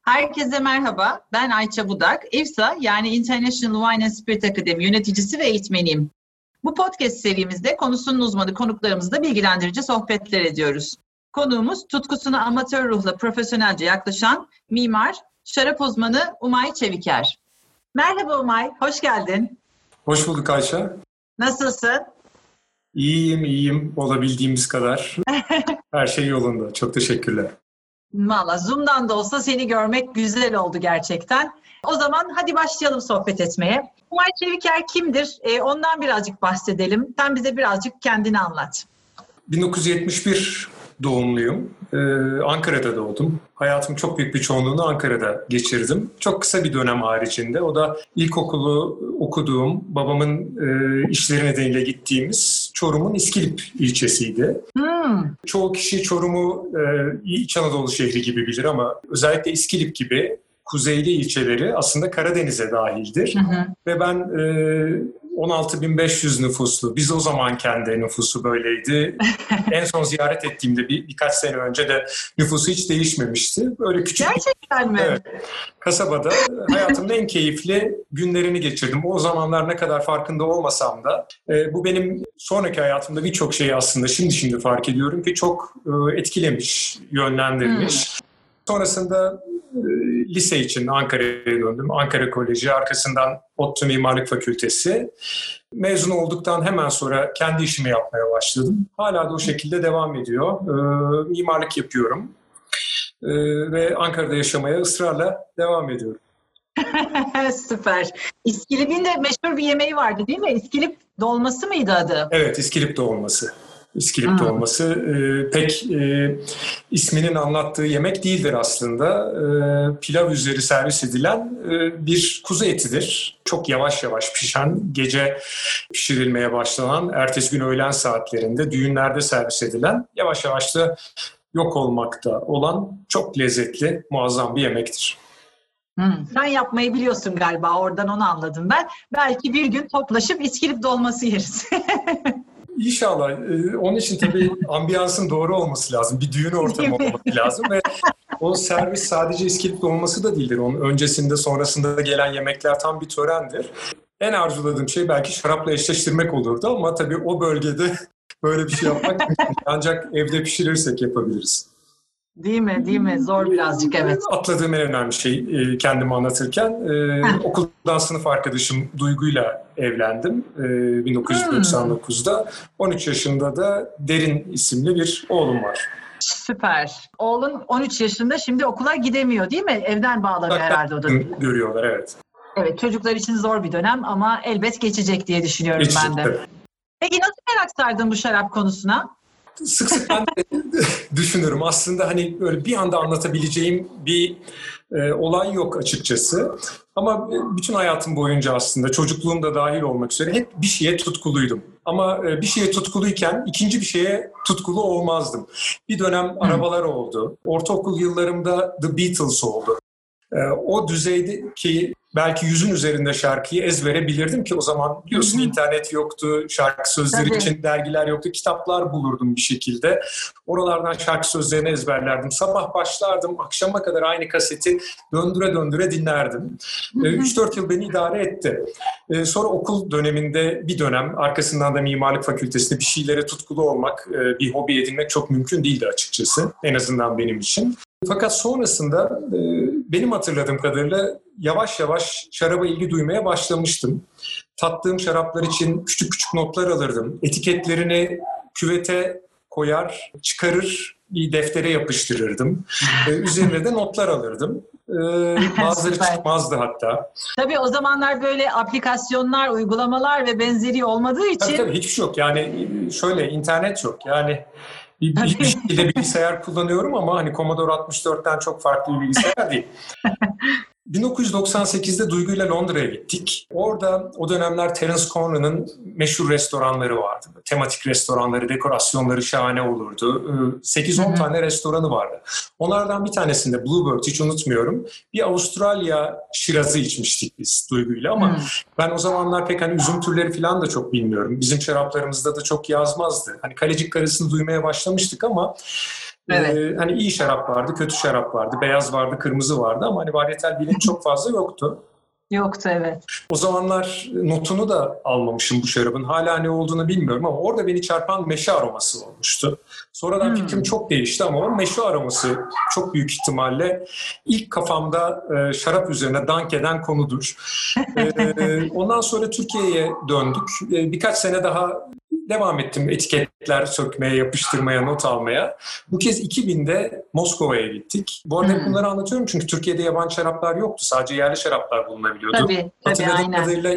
Herkese merhaba, ben Ayça Budak. IFSA yani International Wine and Spirit Academy yöneticisi ve eğitmeniyim. Bu podcast serimizde konusunun uzmanı konuklarımızla bilgilendirici sohbetler ediyoruz. Konuğumuz tutkusuna amatör ruhla profesyonelce yaklaşan mimar, şarap uzmanı Umay Çeviker. Merhaba Umay, hoş geldin. Hoş bulduk Ayça. Nasılsın? İyiyim. Olabildiğimiz kadar. Her şey yolunda. Çok teşekkürler. Valla Zoom'dan da olsa seni görmek güzel oldu gerçekten. O zaman hadi başlayalım sohbet etmeye. Umay Çeviker kimdir? Ondan birazcık bahsedelim. Sen bize birazcık kendini anlat. 1971 doğumluyum. Ankara'da doğdum. Hayatımın çok büyük bir çoğunluğunu Ankara'da geçirdim. Çok kısa bir dönem haricinde. O da ilkokulu okuduğum, babamın işleri nedeniyle gittiğimiz Çorum'un İskilip ilçesiydi. Çoğu kişi Çorum'u İç Anadolu şehri gibi bilir ama özellikle İskilip gibi kuzeyli ilçeleri aslında Karadeniz'e dahildir. Ve ben 16.500 nüfuslu, biz o zaman kendi nüfusu böyleydi. En son ziyaret ettiğimde birkaç sene önce de nüfusu hiç değişmemişti. Böyle küçük Gerçekten mi? Evet, kasabada hayatımın en keyifli günlerini geçirdim. O zamanlar ne kadar farkında olmasam da bu benim sonraki hayatımda birçok şeyi aslında şimdi fark ediyorum ki çok etkilemiş, yönlendirmiş. Sonrasında lise için Ankara'ya döndüm. Ankara Koleji, arkasından ODTÜ Mimarlık Fakültesi. Mezun olduktan hemen sonra kendi işimi yapmaya başladım. Hala da o şekilde devam ediyor. Mimarlık yapıyorum. Ve Ankara'da yaşamaya ısrarla devam ediyorum. Süper. İskilip'in de meşhur bir yemeği vardı değil mi? İskilip dolması mıydı adı? Evet, İskilip dolması. İskilip dolması pek isminin anlattığı yemek değildir aslında. Pilav üzeri servis edilen bir kuzu etidir. Çok yavaş yavaş pişen, gece pişirilmeye başlanan, ertesi gün öğlen saatlerinde düğünlerde servis edilen, yavaş yavaş da yok olmakta olan çok lezzetli, muazzam bir yemektir. Sen yapmayı biliyorsun galiba, oradan onu anladım ben. Belki bir gün toplaşıp İskilip dolması yeriz. İnşallah. Onun için tabii ambiyansın doğru olması lazım. Bir düğün ortamı olması lazım ve o servis sadece İskilip dolması da değildir. Onun öncesinde sonrasında gelen yemekler tam bir törendir. En arzuladığım şey belki şarapla eşleştirmek olurdu ama tabii o bölgede böyle bir şey yapmak mümkün. Ancak evde pişirirsek yapabiliriz. Değil mi? Zor birazcık, evet. Atladığım en önemli şey kendimi anlatırken okuldan sınıf arkadaşım Duygu'yla evlendim 1999'da. 13 yaşında da Derin isimli bir oğlum var. Süper. Oğlun 13 yaşında, şimdi okula gidemiyor değil mi? Evden bağlanıyor herhalde o da. Görüyorlar, evet. Evet, çocuklar için zor bir dönem ama elbet geçecek diye düşünüyorum ben de. Evet. Peki nasıl merak sardın bu şarap konusuna? Sık ben de düşünürüm. Aslında hani böyle bir anda anlatabileceğim bir olay yok açıkçası. Ama bütün hayatım boyunca aslında çocukluğum da dahil olmak üzere hep bir şeye tutkuluydum. Ama bir şeye tutkuluyken ikinci bir şeye tutkulu olmazdım. Bir dönem arabalar oldu. Ortaokul yıllarımda The Beatles oldu. O düzeyde ki belki 100'ün üzerinde şarkıyı ezbere bilirdim ki o zaman biliyorsun internet yoktu, şarkı sözleri için dergiler yoktu, kitaplar bulurdum bir şekilde. Oralardan şarkı sözlerini ezberlerdim. Sabah başlardım, akşama kadar aynı kaseti döndüre dinlerdim. 3-4 yıl beni idare etti. Sonra okul döneminde bir dönem, arkasından da Mimarlık Fakültesi'nde bir şeylere tutkulu olmak, bir hobi edinmek çok mümkün değildi açıkçası. En azından benim için. Fakat sonrasında benim hatırladığım kadarıyla yavaş yavaş şaraba ilgi duymaya başlamıştım. Tattığım şaraplar için küçük notlar alırdım. Etiketlerini küvete koyar, çıkarır, bir deftere yapıştırırdım. Üzerine de notlar alırdım. Bazıları çıkmazdı hatta. Tabii o zamanlar böyle aplikasyonlar, uygulamalar ve benzeri olmadığı için... Tabii hiçbir şey yok. Yani şöyle internet yok. Yani bir şekilde bilgisayar kullanıyorum ama hani Commodore 64'ten çok farklı bir bilgisayar değil. 1998'de Duygu'yla Londra'ya gittik. Orada o dönemler Terence Conran'ın meşhur restoranları vardı. Tematik restoranları, dekorasyonları şahane olurdu. 8-10 tane restoranı vardı. Onlardan bir tanesinde Bluebird, hiç unutmuyorum, bir Avustralya şirazı içmiştik biz Duygu'yla ama ben o zamanlar pek hani üzüm türleri falan da çok bilmiyorum. Bizim şaraplarımızda da çok yazmazdı. Hani Kalecik Karası'nı duymaya başlamıştık ama Hani iyi şarap vardı, kötü şarap vardı, beyaz vardı, kırmızı vardı ama hani varyetel bilinç çok fazla yoktu. Yoktu, evet. O zamanlar notunu da almamışım bu şarabın. Hala ne olduğunu bilmiyorum ama orada beni çarpan meşe aroması olmuştu. Sonradan fikrim çok değişti ama o meşe aroması çok büyük ihtimalle ilk kafamda şarap üzerine dank eden konudur. Ondan sonra Türkiye'ye döndük. Birkaç sene daha devam ettim etiketler sökmeye, yapıştırmaya, not almaya. Bu kez 2000'de Moskova'ya gittik. Bu arada bunları anlatıyorum çünkü Türkiye'de yabancı şaraplar yoktu. Sadece yerli şaraplar bulunabiliyordu. Tabii, Hatırladığım kadarıyla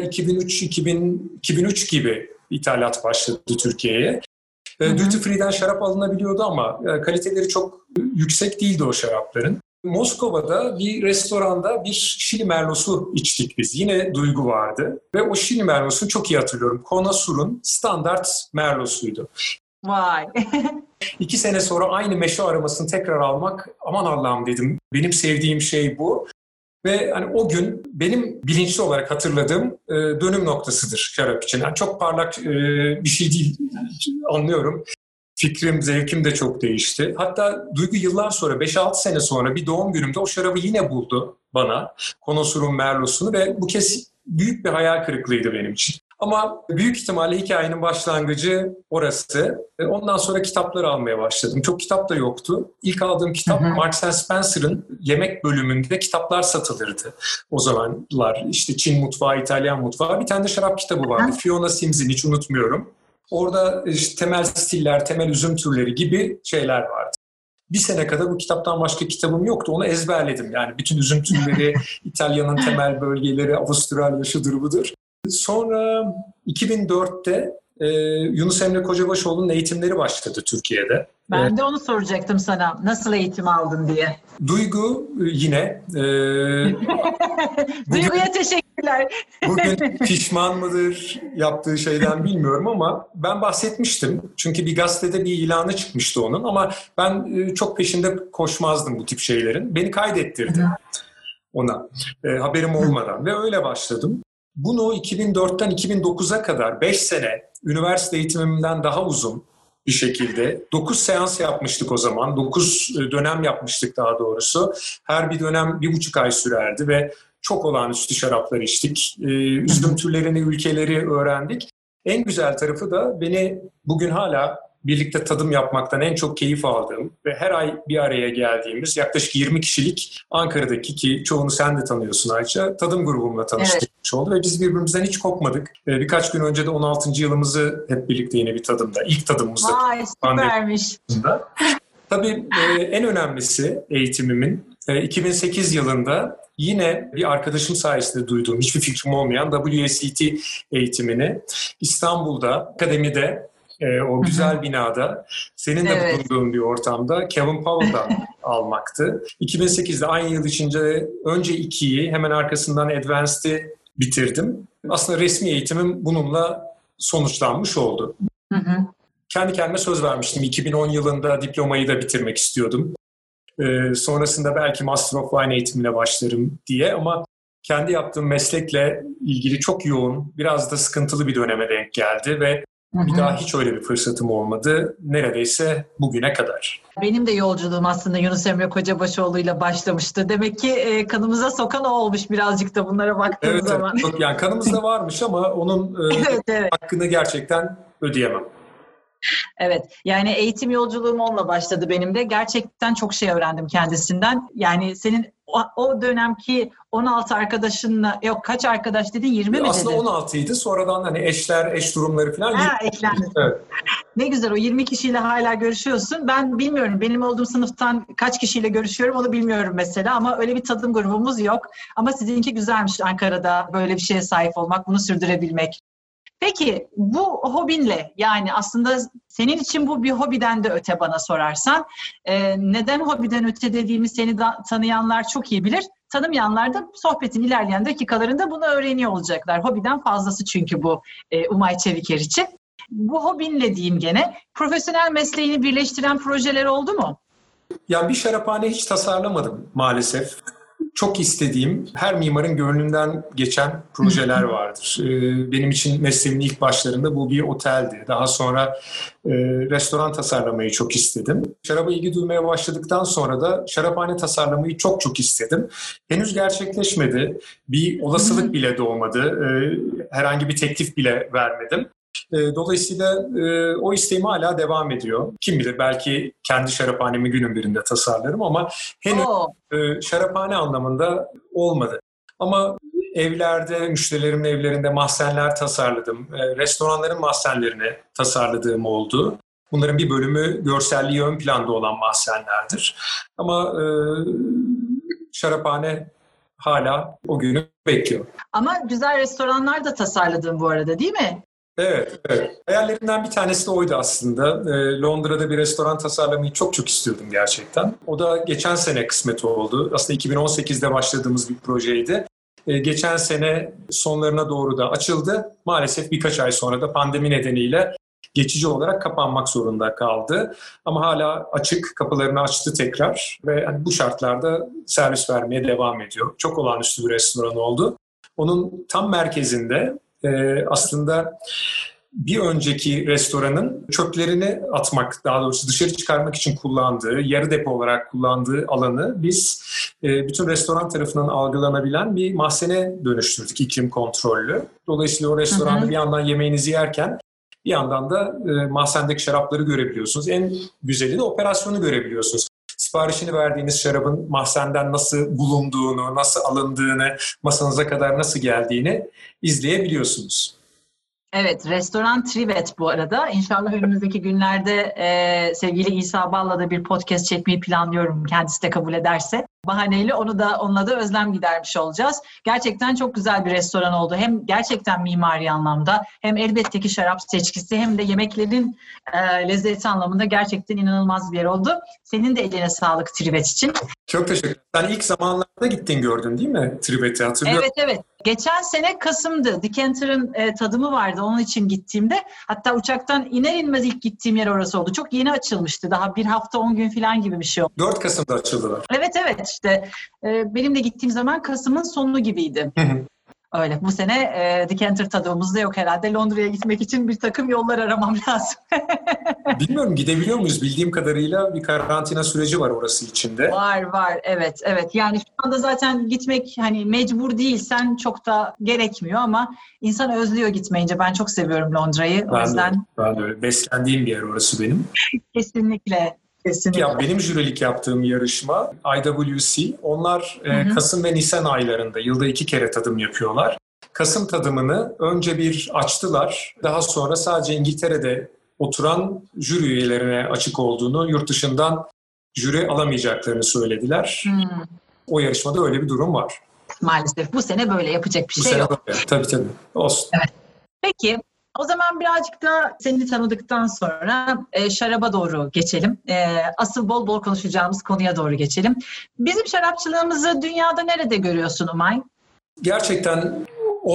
2003 gibi ithalat başladı Türkiye'ye. Duty Free'den şarap alınabiliyordu ama kaliteleri çok yüksek değildi o şarapların. Moskova'da bir restoranda bir Şili Merlot'u içtik biz. Yine Duygu vardı. Ve o Şili Merlot'u çok iyi hatırlıyorum. Kona Sur'un standart Merlot'uydu. Vay. 2 sene sonra aynı meşe aromasını tekrar almak, aman Allah'ım dedim. Benim sevdiğim şey bu. Ve hani o gün benim bilinçli olarak hatırladığım dönüm noktasıdır şarap için. Yani çok parlak bir şey değil, anlıyorum. Fikrim, zevkim de çok değişti. Hatta Duygu yıllar sonra, 5-6 sene sonra bir doğum günümde o şarabı yine buldu bana. Kona Sur'un Merlot'unu ve bu kez büyük bir hayal kırıklığıydı benim için. Ama büyük ihtimalle hikayenin başlangıcı orası. Ondan sonra kitapları almaya başladım. Çok kitap da yoktu. İlk aldığım kitap Marks & Spencer'ın yemek bölümünde kitaplar satılırdı. O zamanlar işte Çin mutfağı, İtalyan mutfağı. Bir tane de şarap kitabı vardı. Fiona Sims'in, hiç unutmuyorum. Orada işte temel stiller, temel üzüm türleri gibi şeyler vardı. Bir sene kadar bu kitaptan başka kitabım yoktu. Onu ezberledim. Yani bütün üzüm türleri, İtalya'nın temel bölgeleri, Avustralya şudur budur. Sonra 2004'te Yunus Emre Kocabaşoğlu'nun eğitimleri başladı Türkiye'de. Ben de onu soracaktım sana. Nasıl eğitim aldın diye. Duygu yine. Duygu'ya teşekkürler. Bugün pişman mıdır yaptığı şeyden bilmiyorum ama ben bahsetmiştim. Çünkü bir gazetede bir ilanı çıkmıştı onun ama ben çok peşinde koşmazdım bu tip şeylerin. Beni kaydettirdi ona haberim olmadan ve öyle başladım. Bunu 2004'ten 2009'a kadar 5 sene üniversite eğitimimden daha uzun bir şekilde 9 seans yapmıştık o zaman. 9 dönem yapmıştık daha doğrusu. Her bir dönem 1,5 ay sürerdi ve çok olağanüstü şaraplar içtik. Üzüm türlerini, ülkeleri öğrendik. En güzel tarafı da beni bugün hala birlikte tadım yapmaktan en çok keyif aldığım ve her ay bir araya geldiğimiz yaklaşık 20 kişilik Ankara'daki, ki çoğunu sen de tanıyorsun Ayça, tadım grubumla tanıştık oldu ve biz birbirimizden hiç kopmadık. Birkaç gün önce de 16. yılımızı hep birlikte yine bir tadımda, ilk tadımımızda. Vay, süpermiş. Tabii en önemlisi eğitimimin 2008 yılında yine bir arkadaşım sayesinde duyduğum, hiçbir fikrim olmayan WSET eğitimini İstanbul'da, akademide, o güzel binada, senin de bulunduğun bir ortamda Kevin Powell'dan almaktı. 2008'de aynı yıl içinde önce 2'yi, hemen arkasından Advanced'i bitirdim. Aslında resmi eğitimim bununla sonuçlanmış oldu. Kendi kendime söz vermiştim. 2010 yılında diplomayı da bitirmek istiyordum. Sonrasında belki Master of Wine eğitimine başlarım diye ama kendi yaptığım meslekle ilgili çok yoğun, biraz da sıkıntılı bir döneme denk geldi ve bir daha hiç öyle bir fırsatım olmadı. Neredeyse bugüne kadar. Benim de yolculuğum aslında Yunus Emre Kocabaşoğlu'yla başlamıştı. Demek ki kanımıza sokan o olmuş birazcık da bunlara baktığın zaman. Evet, yani kanımızda varmış ama onun hakkını gerçekten ödeyemem. Evet, yani eğitim yolculuğum onunla başladı benim de. Gerçekten çok şey öğrendim kendisinden. Yani senin o dönemki 16 arkadaşınla, yok kaç arkadaş dedin, 20 mi dedin? Aslında 16'ydı. Sonradan hani eşler, eş durumları falan. Eklendi. Evet. Ne güzel, o 20 kişiyle hala görüşüyorsun. Ben bilmiyorum, benim olduğum sınıftan kaç kişiyle görüşüyorum onu bilmiyorum mesela ama öyle bir tadım grubumuz yok. Ama sizinki güzelmiş, Ankara'da böyle bir şeye sahip olmak, bunu sürdürebilmek. Peki bu hobinle, yani aslında senin için bu bir hobiden de öte bana sorarsan, neden hobiden öte dediğimi seni tanıyanlar çok iyi bilir. Tanımayanlar da sohbetin ilerleyen dakikalarında bunu öğreniyor olacaklar. Hobiden fazlası çünkü bu Umay Çeviker için. Bu hobinle diyeyim gene, profesyonel mesleğini birleştiren projeler oldu mu? Yani bir şaraphane hiç tasarlamadım maalesef. çok istediğim, her mimarın gönlünden geçen projeler vardır. Benim için mesleğimin ilk başlarında bu bir oteldi. Daha sonra restoran tasarlamayı çok istedim. Şaraba ilgi duymaya başladıktan sonra da şaraphane tasarlamayı çok çok istedim. Henüz gerçekleşmedi. Bir olasılık bile doğmadı. Herhangi bir teklif bile vermedim. Dolayısıyla o isteğim hala devam ediyor. Kim bilir, belki kendi şaraphanemi günün birinde tasarlarım ama henüz şaraphane anlamında olmadı. Ama evlerde, müşterilerimin evlerinde mahzenler tasarladım. Restoranların mahzenlerini tasarladığım oldu. Bunların bir bölümü görselliği ön planda olan mahzenlerdir. Ama şaraphane hala o günü bekliyor. Ama güzel restoranlar da tasarladın bu arada, değil mi? Evet, evet. Hayallerimden bir tanesi de oydu aslında. Londra'da bir restoran tasarlamayı çok çok istiyordum gerçekten. O da geçen sene kısmet oldu. Aslında 2018'de başladığımız bir projeydi. Geçen sene sonlarına doğru da açıldı. Maalesef birkaç ay sonra da pandemi nedeniyle geçici olarak kapanmak zorunda kaldı. Ama hala açık, kapılarını açtı tekrar ve bu şartlarda servis vermeye devam ediyor. Çok olağanüstü bir restoran oldu. Onun tam merkezinde aslında bir önceki restoranın çöplerini atmak, daha doğrusu dışarı çıkarmak için kullandığı, yarı depo olarak kullandığı alanı biz bütün restoran tarafından algılanabilen bir mahzene dönüştürdük, iklim kontrollü. Dolayısıyla o restoranda bir yandan yemeğinizi yerken bir yandan da mahzendeki şarapları görebiliyorsunuz. En güzeli de operasyonu görebiliyorsunuz. Siparişini verdiğiniz şarabın mahzenden nasıl bulunduğunu, nasıl alındığını, masanıza kadar nasıl geldiğini izleyebiliyorsunuz. Evet, restoran Trivet bu arada. İnşallah önümüzdeki günlerde sevgili İsa Bal'la da bir podcast çekmeyi planlıyorum, kendisi de kabul ederse. Bahaneyle onunla da özlem gidermiş olacağız. Gerçekten çok güzel bir restoran oldu. Hem gerçekten mimari anlamda, hem elbette ki şarap seçkisi, hem de yemeklerin lezzeti anlamında gerçekten inanılmaz bir yer oldu. Senin de eline sağlık Trivet için. Çok teşekkür ederim. Sen ilk zamanlarda gittin, gördün değil mi Trivet'i, hatırlıyorum. Evet, evet. Geçen sene Kasım'dı. Decanter'ın tadımı vardı. Onun için gittiğimde. Hatta uçaktan iner inmez ilk gittiğim yer orası oldu. Çok yeni açılmıştı. Daha bir hafta 10 gün falan gibi bir şey oldu. 4 Kasım'da açıldılar. Evet, evet. İşte benim de gittiğim zaman Kasım'ın sonu gibiydi. Öyle. Bu sene Decanter tadımımız da yok herhalde. Londra'ya gitmek için bir takım yollar aramam lazım. Bilmiyorum, gidebiliyor muyuz? Bildiğim kadarıyla bir karantina süreci var orası içinde. Var. Evet, evet. Yani şu anda zaten gitmek hani mecbur değilsen çok da gerekmiyor ama insan özlüyor gitmeyince. Ben çok seviyorum Londra'yı. O yüzden. Ben de öyle. Beslendiğim bir yer orası benim. Kesinlikle. Ya, benim jürilik yaptığım yarışma IWC. Onlar Kasım ve Nisan aylarında yılda 2 kere tadım yapıyorlar. Kasım tadımını önce bir açtılar. Daha sonra sadece İngiltere'de oturan jüri üyelerine açık olduğunu, yurt dışından jüri alamayacaklarını söylediler. O yarışmada öyle bir durum var. Maalesef. Bu sene böyle, yapacak bir şey yok. Böyle. Tabii. Olsun. Evet. Peki. O zaman birazcık da seni tanıdıktan sonra şaraba doğru geçelim. Asıl bol bol konuşacağımız konuya doğru geçelim. Bizim şarapçılığımızı dünyada nerede görüyorsun Umay? Gerçekten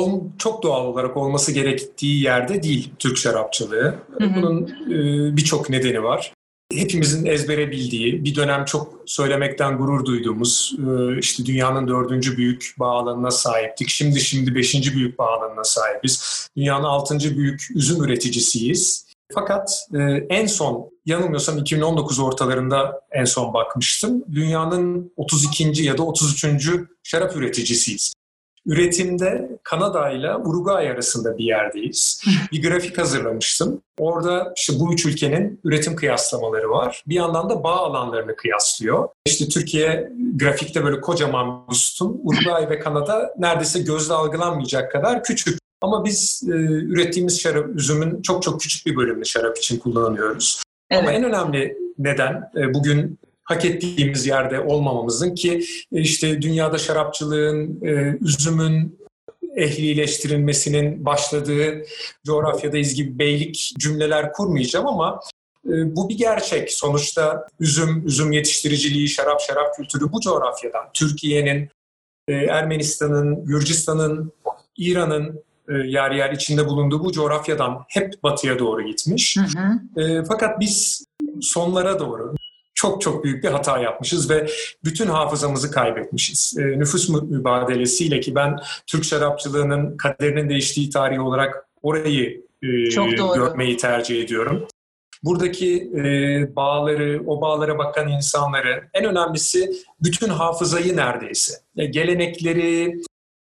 çok doğal olarak olması gerektiği yerde değil Türk şarapçılığı. Bunun birçok nedeni var. Hepimizin ezbere bildiği, bir dönem çok söylemekten gurur duyduğumuz, işte dünyanın 4. büyük bağ alanına sahiptik. Şimdi 5. büyük bağ alanına sahibiz. Dünyanın 6. büyük üzüm üreticisiyiz. Fakat en son, yanılmıyorsam 2019 ortalarında en son bakmıştım. Dünyanın 32. ya da 33. şarap üreticisiyiz. Üretimde Kanada ile Uruguay arasında bir yerdeyiz. Bir grafik hazırlamıştım. Orada işte bu 3 ülkenin üretim kıyaslamaları var. Bir yandan da bağ alanlarını kıyaslıyor. İşte Türkiye grafikte böyle kocaman bir sütun. Uruguay ve Kanada neredeyse gözle algılanmayacak kadar küçük. Ama biz ürettiğimiz şarap, üzümün çok çok küçük bir bölümünü şarap için kullanıyoruz. Evet. Ama en önemli neden bugün hak ettiğimiz yerde olmamamızın, ki işte dünyada şarapçılığın, üzümün ehlileştirilmesinin başladığı coğrafyadayız gibi beylik cümleler kurmayacağım ama bu bir gerçek. Sonuçta üzüm yetiştiriciliği, şarap kültürü bu coğrafyadan. Türkiye'nin, Ermenistan'ın, Gürcistan'ın, İran'ın yer yer içinde bulunduğu bu coğrafyadan hep batıya doğru gitmiş. Fakat biz sonlara doğru, çok çok büyük bir hata yapmışız ve bütün hafızamızı kaybetmişiz. Nüfus mübadelesiyle, ki ben Türk şarapçılığının kaderinin değiştiği tarihi olarak orayı görmeyi tercih ediyorum. Buradaki bağları, o bağlara bakan insanları, en önemlisi bütün hafızayı neredeyse, gelenekleri,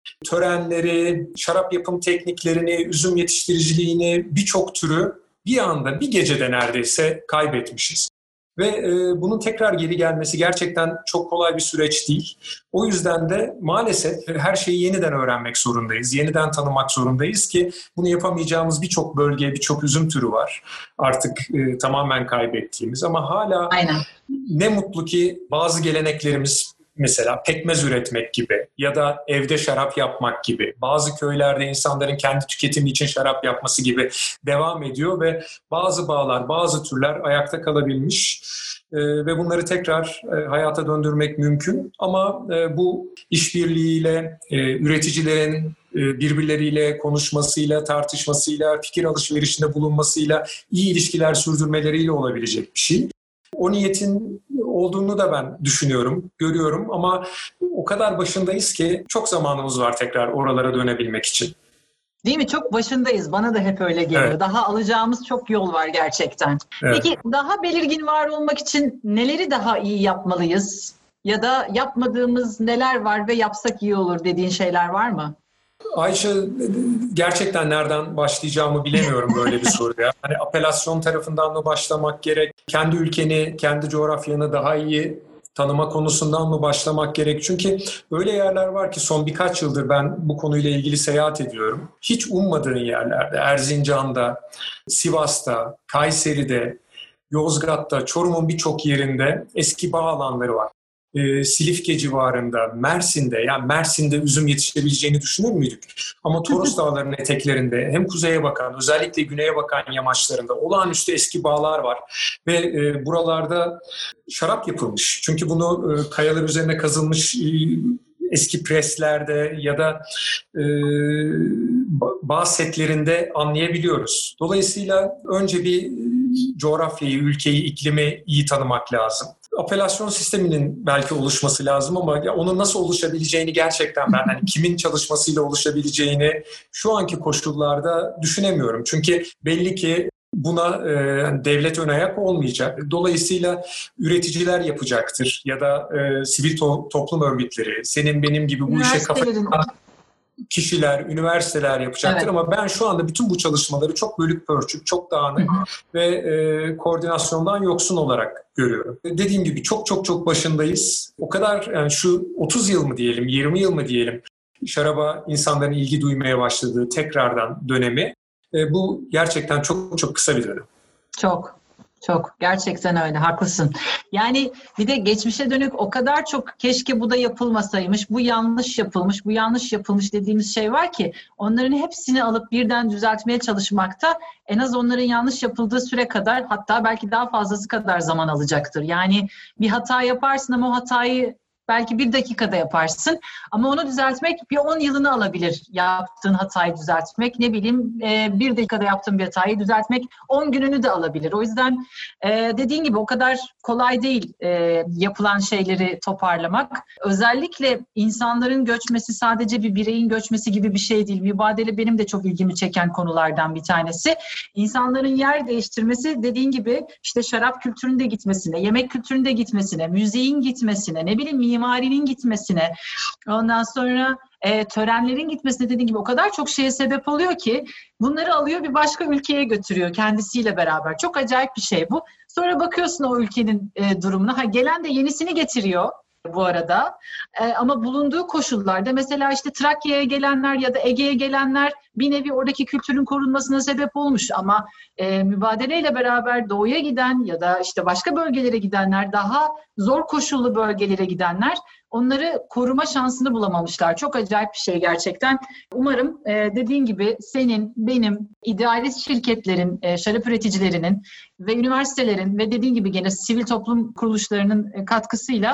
törenleri, şarap yapım tekniklerini, üzüm yetiştiriciliğini, birçok türü bir anda, bir gecede neredeyse kaybetmişiz. Ve bunun tekrar geri gelmesi gerçekten çok kolay bir süreç değil. O yüzden de maalesef her şeyi yeniden öğrenmek zorundayız, yeniden tanımak zorundayız ki bunu yapamayacağımız birçok bölge, birçok üzüm türü var. Artık tamamen kaybettiğimiz, ama hala ne mutlu ki bazı geleneklerimiz, mesela pekmez üretmek gibi ya da evde şarap yapmak gibi, bazı köylerde insanların kendi tüketimi için şarap yapması gibi devam ediyor ve bazı bağlar, bazı türler ayakta kalabilmiş ve bunları tekrar hayata döndürmek mümkün. Ama bu işbirliğiyle, üreticilerin birbirleriyle konuşmasıyla, tartışmasıyla, fikir alışverişinde bulunmasıyla, iyi ilişkiler sürdürmeleriyle olabilecek bir şey. O niyetin olduğunu da ben düşünüyorum, görüyorum, ama o kadar başındayız ki çok zamanımız var tekrar oralara dönebilmek için. Değil mi? Çok başındayız. Bana da hep öyle geliyor. Evet. Daha alacağımız çok yol var gerçekten. Evet. Peki daha belirgin var olmak için neleri daha iyi yapmalıyız? Ya da yapmadığımız neler var ve yapsak iyi olur dediğin şeyler var mı? Ayşe, gerçekten nereden başlayacağımı bilemiyorum böyle bir soruya. Hani apelasyon tarafından mı başlamak gerek? Kendi ülkeni, kendi coğrafyanı daha iyi tanıma konusundan mı başlamak gerek? Çünkü öyle yerler var ki son birkaç yıldır ben bu konuyla ilgili seyahat ediyorum. Hiç ummadığın yerlerde, Erzincan'da, Sivas'ta, Kayseri'de, Yozgat'ta, Çorum'un birçok yerinde eski bağ alanları var. Silifke civarında, Mersin'de, yani Mersin'de üzüm yetişebileceğini düşünür müydük? Ama Toros Dağları'nın eteklerinde, hem kuzeye bakan, özellikle güneye bakan yamaçlarında olağanüstü eski bağlar var. Ve buralarda şarap yapılmış. Çünkü bunu kayalar üzerine kazılmış eski preslerde ya da bağ setlerinde anlayabiliyoruz. Dolayısıyla önce bir coğrafyayı, ülkeyi, iklimi iyi tanımak lazım. Apelasyon sisteminin belki oluşması lazım, ama onun nasıl oluşabileceğini gerçekten ben kimin çalışmasıyla oluşabileceğini şu anki koşullarda düşünemiyorum. Çünkü belli ki buna devlet ön ayak olmayacak. Dolayısıyla üreticiler yapacaktır ya da sivil toplum örgütleri, senin benim gibi bu işe kafa kişiler, üniversiteler yapacaktır. Evet. Ama ben şu anda bütün bu çalışmaları çok bölük pörçük, çok dağınık ve koordinasyondan yoksun olarak görüyorum. Dediğim gibi çok başındayız. O kadar, yani şu 30 yıl mı diyelim, 20 yıl mı diyelim, şaraba insanların ilgi duymaya başladığı tekrardan dönemi, bu gerçekten çok kısa bir dönem. Çok. Gerçekten öyle. Haklısın. Yani bir de geçmişe dönük o kadar çok keşke bu da yapılmasaymış, bu yanlış yapılmış dediğimiz şey var ki onların hepsini alıp birden düzeltmeye çalışmakta en az onların yanlış yapıldığı süre kadar, hatta belki daha fazlası kadar zaman alacaktır. Yani bir hata yaparsın ama o hatayı belki 1 dakikada yaparsın ama onu düzeltmek bir 10 yılını alabilir. Yaptığın hatayı düzeltmek, ne bileyim 1 dakikada yaptığın bir hatayı düzeltmek 10 gününü de alabilir. O yüzden dediğin gibi o kadar kolay değil yapılan şeyleri toparlamak. Özellikle insanların göçmesi sadece bir bireyin göçmesi gibi bir şey değil. Mübadele benim de çok ilgimi çeken konulardan bir tanesi. İnsanların yer değiştirmesi, dediğin gibi işte şarap kültüründe gitmesine, yemek kültüründe gitmesine, müziğin gitmesine, ne bileyim mimarinin gitmesine, ondan sonra törenlerin gitmesine, dediğim gibi o kadar çok şeye sebep oluyor ki bunları alıyor bir başka ülkeye götürüyor kendisiyle beraber. Çok acayip bir şey bu. Sonra bakıyorsun o ülkenin durumuna. Gelen de yenisini getiriyor bu arada. Ama bulunduğu koşullarda mesela işte Trakya'ya gelenler ya da Ege'ye gelenler bir nevi oradaki kültürün korunmasına sebep olmuş ama mübadeleyle beraber doğuya giden ya da işte başka bölgelere gidenler, daha zor koşullu bölgelere gidenler onları koruma şansını bulamamışlar. Çok acayip bir şey gerçekten. Umarım dediğin gibi senin, benim, idealist şirketlerin, şarap üreticilerinin ve üniversitelerin ve dediğin gibi gene sivil toplum kuruluşlarının katkısıyla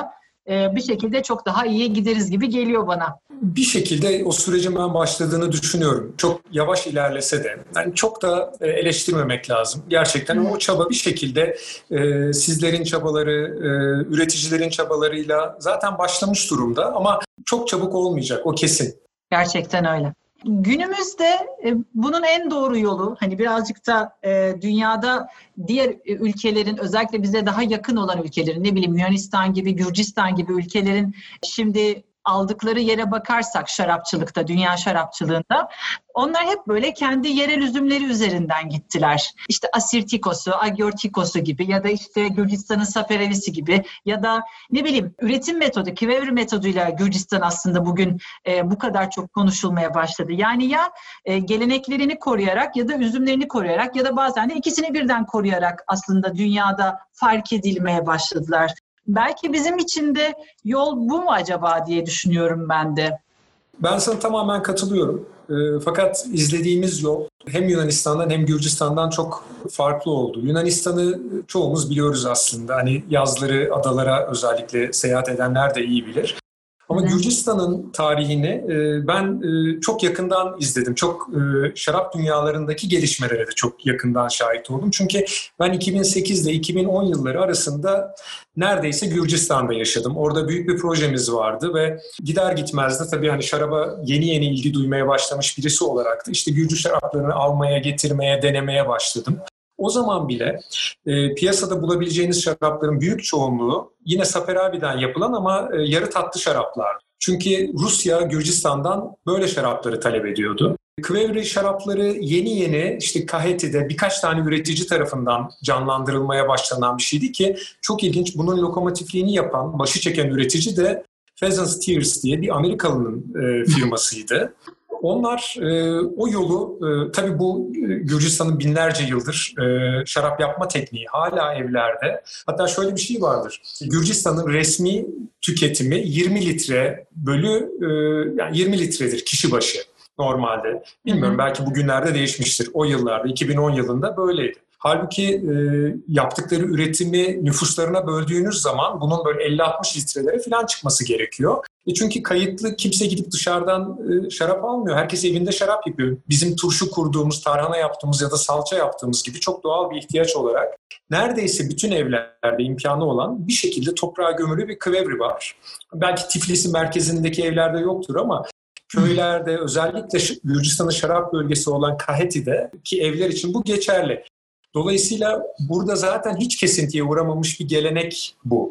bir şekilde çok daha iyiye gideriz gibi geliyor bana. Bir şekilde o sürecin ben başladığını düşünüyorum. Çok yavaş ilerlese de. Yani çok da eleştirmemek lazım. Gerçekten o çaba bir şekilde sizlerin çabaları, üreticilerin çabalarıyla zaten başlamış durumda ama çok çabuk olmayacak, o kesin. Gerçekten öyle. Günümüzde bunun en doğru yolu, hani birazcık da dünyada diğer ülkelerin, özellikle bize daha yakın olan ülkelerin, ne bileyim Yunanistan gibi, Gürcistan gibi ülkelerin şimdi aldıkları yere bakarsak şarapçılıkta, dünya şarapçılığında, onlar hep böyle kendi yerel üzümleri üzerinden gittiler. İşte Asirtikosu, Agyortikosu gibi ya da işte Gürcistan'ın Saferevisi gibi ya da ne bileyim üretim metodu, Kvevri metoduyla Gürcistan aslında bugün bu kadar çok konuşulmaya başladı. Yani ya geleneklerini koruyarak ya da üzümlerini koruyarak ya da bazen de ikisini birden koruyarak aslında dünyada fark edilmeye başladılar. Belki bizim için de yol bu mu acaba diye düşünüyorum ben de. Ben sana tamamen katılıyorum. Fakat izlediğimiz yol hem Yunanistan'dan hem Gürcistan'dan çok farklı oldu. Yunanistan'ı çoğumuz biliyoruz aslında. Hani yazları adalara özellikle seyahat edenler de iyi bilir. Ama Gürcistan'ın tarihini ben çok yakından izledim. Çok şarap dünyalarındaki gelişmelere de çok yakından şahit oldum. Çünkü ben 2008 ile 2010 yılları arasında neredeyse Gürcistan'da yaşadım. Orada büyük bir projemiz vardı ve gider gitmez de tabii hani şaraba yeni yeni ilgi duymaya başlamış birisi olarak da işte Gürcü şaraplarını almaya, getirmeye, denemeye başladım. O zaman bile piyasada bulabileceğiniz şarapların büyük çoğunluğu yine Saperavi'den yapılan ama yarı tatlı şaraplar. Çünkü Rusya, Gürcistan'dan böyle şarapları talep ediyordu. Kvevri şarapları yeni yeni işte Kaheti'de birkaç tane üretici tarafından canlandırılmaya başlanan bir şeydi ki çok ilginç, bunun lokomotifliğini yapan, başı çeken üretici de Pheasants Tears diye bir Amerikalı'nın firmasıydı. Onlar o yolu, tabii bu Gürcistan'ın binlerce yıldır şarap yapma tekniği hala evlerde. Hatta şöyle bir şey vardır. Gürcistan'ın resmi tüketimi 20 litre bölü, yani 20 litredir kişi başı normalde. Bilmiyorum, belki bugünlerde değişmiştir. O yıllarda, 2010 yılında böyleydi. Halbuki yaptıkları üretimi nüfuslarına böldüğünüz zaman bunun böyle 50-60 litrelere falan çıkması gerekiyor. Çünkü kayıtlı kimse gidip dışarıdan şarap almıyor. Herkes evinde şarap yapıyor. Bizim turşu kurduğumuz, tarhana yaptığımız ya da salça yaptığımız gibi çok doğal bir ihtiyaç olarak neredeyse bütün evlerde imkanı olan bir şekilde toprağa gömülü bir kvevri var. Belki Tiflis'in merkezindeki evlerde yoktur ama köylerde, özellikle Gürcistan'ın şarap bölgesi olan Kaheti'deki evler için bu geçerli. Dolayısıyla burada zaten hiç kesintiye uğramamış bir gelenek bu.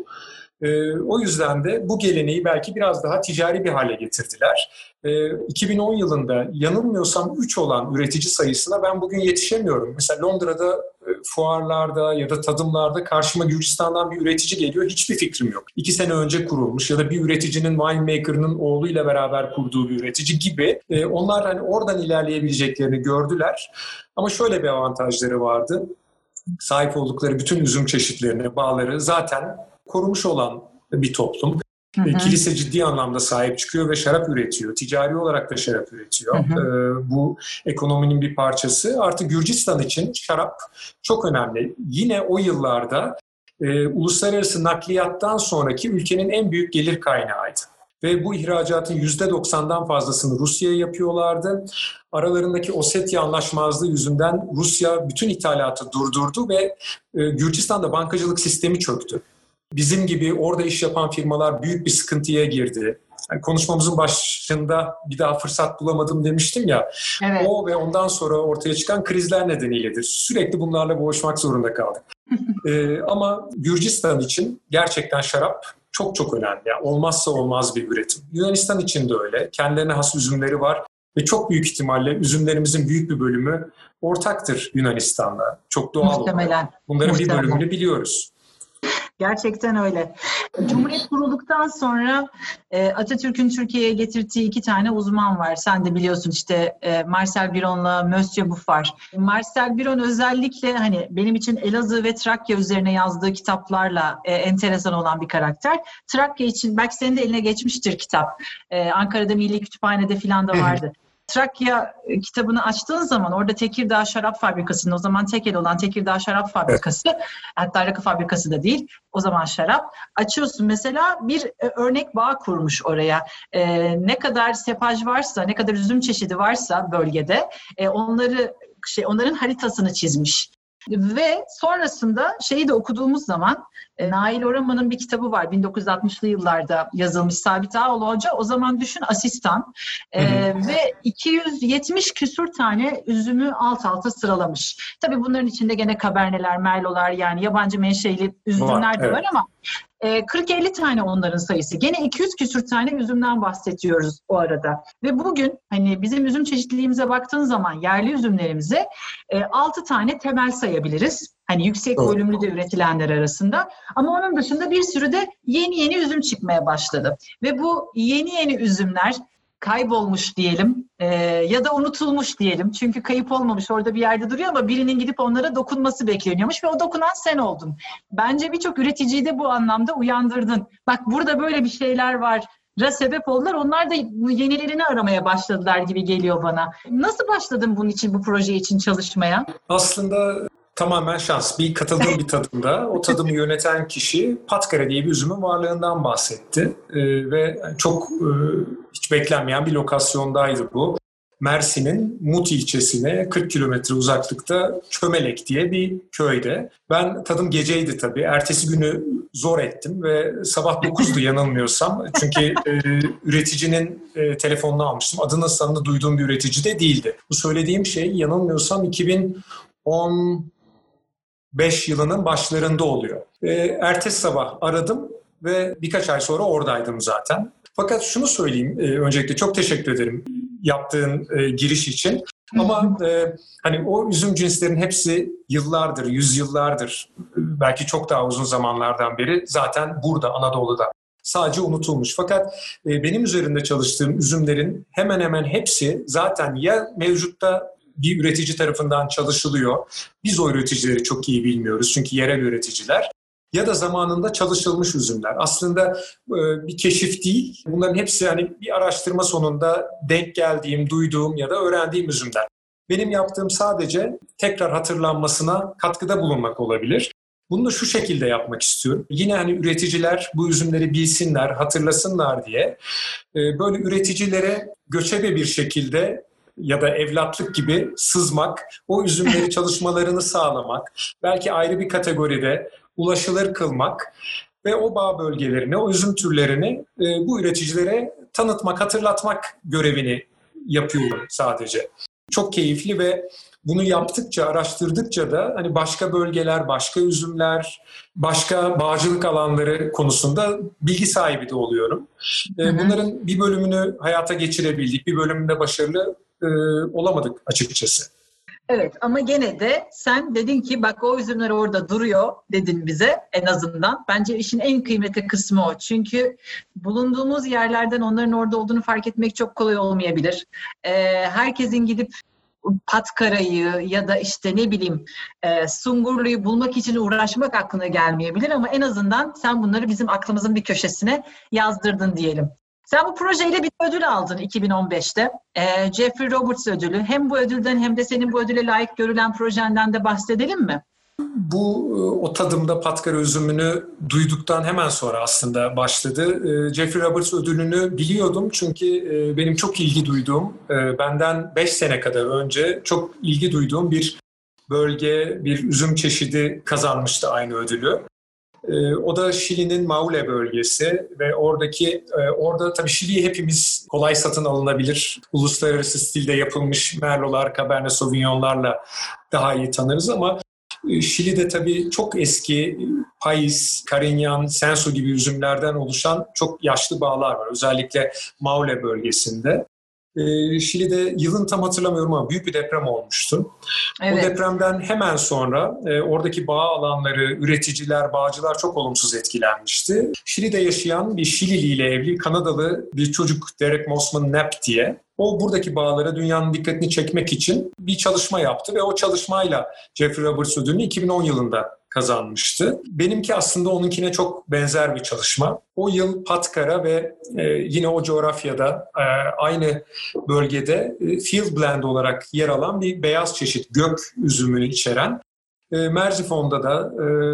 O yüzden de bu geleneği belki biraz daha ticari bir hale getirdiler. 2010 yılında yanılmıyorsam 3 olan üretici sayısına ben bugün yetişemiyorum. Mesela Londra'da fuarlarda ya da tadımlarda karşıma Gürcistan'dan bir üretici geliyor. Hiçbir fikrim yok. 2 sene önce kurulmuş ya da bir üreticinin winemaker'ının oğluyla beraber kurduğu bir üretici gibi. Onlar hani oradan ilerleyebileceklerini gördüler. Ama şöyle bir avantajları vardı. Sahip oldukları bütün üzüm çeşitlerini, bağları zaten korumuş olan bir toplum. Kilise ciddi anlamda sahip çıkıyor ve şarap üretiyor. Ticari olarak da şarap üretiyor. Bu ekonominin bir parçası. Artık Gürcistan için şarap çok önemli. Yine o yıllarda uluslararası nakliyattan sonraki ülkenin en büyük gelir kaynağıydı. Ve bu ihracatın %90'dan fazlasını Rusya'ya yapıyorlardı. Aralarındaki Ossetya anlaşmazlığı yüzünden Rusya bütün ithalatı durdurdu ve Gürcistan'da bankacılık sistemi çöktü. Bizim gibi orada iş yapan firmalar büyük bir sıkıntıya girdi. Yani konuşmamızın başında bir daha fırsat bulamadım demiştim ya. Evet. O ve ondan sonra ortaya çıkan krizler nedeniyledir. Sürekli bunlarla boğuşmak zorunda kaldık. Ama Gürcistan için gerçekten şarap çok çok önemli. Yani olmazsa olmaz bir üretim. Yunanistan için de öyle. Kendilerine has üzümleri var ve çok büyük ihtimalle üzümlerimizin büyük bir bölümü ortaktır Yunanistan'la. Çok doğal olarak. Bunların bir bölümünü biliyoruz. Gerçekten öyle. Cumhuriyet kurulduktan sonra Atatürk'ün Türkiye'ye getirdiği 2 tane uzman var. Sen de biliyorsun işte Marcel Biron'la Monsieur Buffar. Marcel Biron özellikle hani benim için Elazığ ve Trakya üzerine yazdığı kitaplarla enteresan olan bir karakter. Trakya için belki senin de eline geçmiştir kitap. Ankara'da Milli Kütüphane'de falan da vardı. Trakya kitabını açtığın zaman orada Tekirdağ Şarap Fabrikası'nın, o zaman tek el olan Tekirdağ Şarap Fabrikası, hatta rakı fabrikası da değil, o zaman şarap. Açıyorsun mesela, bir örnek bağ kurmuş oraya. Ne kadar sepaj varsa, ne kadar üzüm çeşidi varsa bölgede onların haritasını çizmiş. Ve sonrasında şeyi de okuduğumuz zaman Nail Oraman'ın bir kitabı var, 1960'lı yıllarda yazılmış, Sabit Ağaoğlu Hoca. O zaman düşün, asistan. Ve 270 küsur tane üzümü alt alta sıralamış. Tabii bunların içinde gene Caberne'ler, Merlot'lar, yani yabancı menşeli üzümler de var ama 40-50 tane onların sayısı. Gene 200 küsür tane üzümden bahsediyoruz o arada. Ve bugün hani bizim üzüm çeşitliliğimize baktığın zaman yerli üzümlerimize 6 tane temel sayabiliriz. Hani yüksek volümlü de üretilenler arasında. Ama onun dışında bir sürü de yeni üzüm çıkmaya başladı. Ve bu yeni üzümler kaybolmuş diyelim ya da unutulmuş diyelim. Çünkü kayıp olmamış, orada bir yerde duruyor ama birinin gidip onlara dokunması bekleniyormuş ve o dokunan sen oldun. Bence birçok üreticiyi de bu anlamda uyandırdın. Bak, burada böyle bir şeyler var sebep oldular. Onlar da yenilerini aramaya başladılar gibi geliyor bana. Nasıl başladın bunun için, bu proje için çalışmaya? Aslında tamamen şans. Katıldığım bir tadımda o tadımı yöneten kişi Patkara diye bir üzümün varlığından bahsetti. Ve çok hiç beklenmeyen bir lokasyondaydı bu. Mersin'in Mut ilçesine 40 kilometre uzaklıkta Çömelek diye bir köyde. Tadım geceydi tabii. Ertesi günü zor ettim ve sabah 9'du yanılmıyorsam. Çünkü üreticinin telefonunu almıştım. Adını sanını duyduğum bir üretici de değildi. Bu söylediğim şey yanılmıyorsam 2015 yılının başlarında oluyor. Ertesi sabah aradım ve birkaç ay sonra oradaydım zaten. Fakat şunu söyleyeyim, öncelikle çok teşekkür ederim yaptığın giriş için. Ama hani o üzüm cinslerin hepsi yıllardır, yüzyıllardır, belki çok daha uzun zamanlardan beri zaten burada, Anadolu'da. Sadece unutulmuş. Fakat benim üzerinde çalıştığım üzümlerin hemen hemen hepsi zaten ya mevcutta bir üretici tarafından çalışılıyor. Biz o üreticileri çok iyi bilmiyoruz çünkü yerel üreticiler. Ya da zamanında çalışılmış üzümler. Aslında bir keşif değil. Bunların hepsi hani bir araştırma sonunda denk geldiğim, duyduğum ya da öğrendiğim üzümler. Benim yaptığım sadece tekrar hatırlanmasına katkıda bulunmak olabilir. Bunu da şu şekilde yapmak istiyorum. Yine hani üreticiler bu üzümleri bilsinler, hatırlasınlar diye böyle üreticilere göçebe bir şekilde ya da evlatlık gibi sızmak, o üzümleri çalışmalarını sağlamak, belki ayrı bir kategoride ulaşılır kılmak ve o bağ bölgelerini, o üzüm türlerini bu üreticilere tanıtmak, hatırlatmak görevini yapıyorum sadece. Çok keyifli ve bunu yaptıkça, araştırdıkça da hani başka bölgeler, başka üzümler, başka bağcılık alanları konusunda bilgi sahibi de oluyorum. Bunların bir bölümünü hayata geçirebildik, bir bölümünde başarılı olamadık açıkçası. Evet, ama gene de sen dedin ki bak o üzümler orada duruyor dedin bize, en azından. Bence işin en kıymetli kısmı o. Çünkü bulunduğumuz yerlerden onların orada olduğunu fark etmek çok kolay olmayabilir. Herkesin gidip Patkara'yı ya da işte ne bileyim Sungurlu'yu bulmak için uğraşmak aklına gelmeyebilir ama en azından sen bunları bizim aklımızın bir köşesine yazdırdın diyelim. Sen bu projeyle bir ödül aldın 2015'te. Jeffrey Roberts ödülü. Hem bu ödülden hem de senin bu ödüle layık görülen projenden de bahsedelim mi? O tadımda Patkara üzümünü duyduktan hemen sonra aslında başladı. Jeffrey Roberts ödülünü biliyordum çünkü benim çok ilgi duyduğum, benden 5 sene kadar önce çok ilgi duyduğum bir bölge, bir üzüm çeşidi kazanmıştı aynı ödülü. O da Şili'nin Maule bölgesi ve orada tabii Şili'yi hepimiz kolay satın alınabilir, uluslararası stilde yapılmış Merlot'lar, Cabernet Sauvignon'larla daha iyi tanırız ama Şili'de tabii çok eski Pais, Carignan, Sensu gibi üzümlerden oluşan çok yaşlı bağlar var. Özellikle Maule bölgesinde. Şili'de yılın tam hatırlamıyorum ama büyük bir deprem olmuştu. Evet. O depremden hemen sonra oradaki bağ alanları, üreticiler, bağcılar çok olumsuz etkilenmişti. Şili'de yaşayan bir Şilili ile evli Kanadalı bir çocuk, Derek Mossman Knapp diye. O buradaki bağlara dünyanın dikkatini çekmek için bir çalışma yaptı ve o çalışmayla Jeffrey Roberts ödülünü 2010 yılında kazanmıştı. Benimki aslında onunkine çok benzer bir çalışma. O yıl patkara ve yine o coğrafyada aynı bölgede field blend olarak yer alan bir beyaz çeşit gök üzümünü içeren Merzifon'da da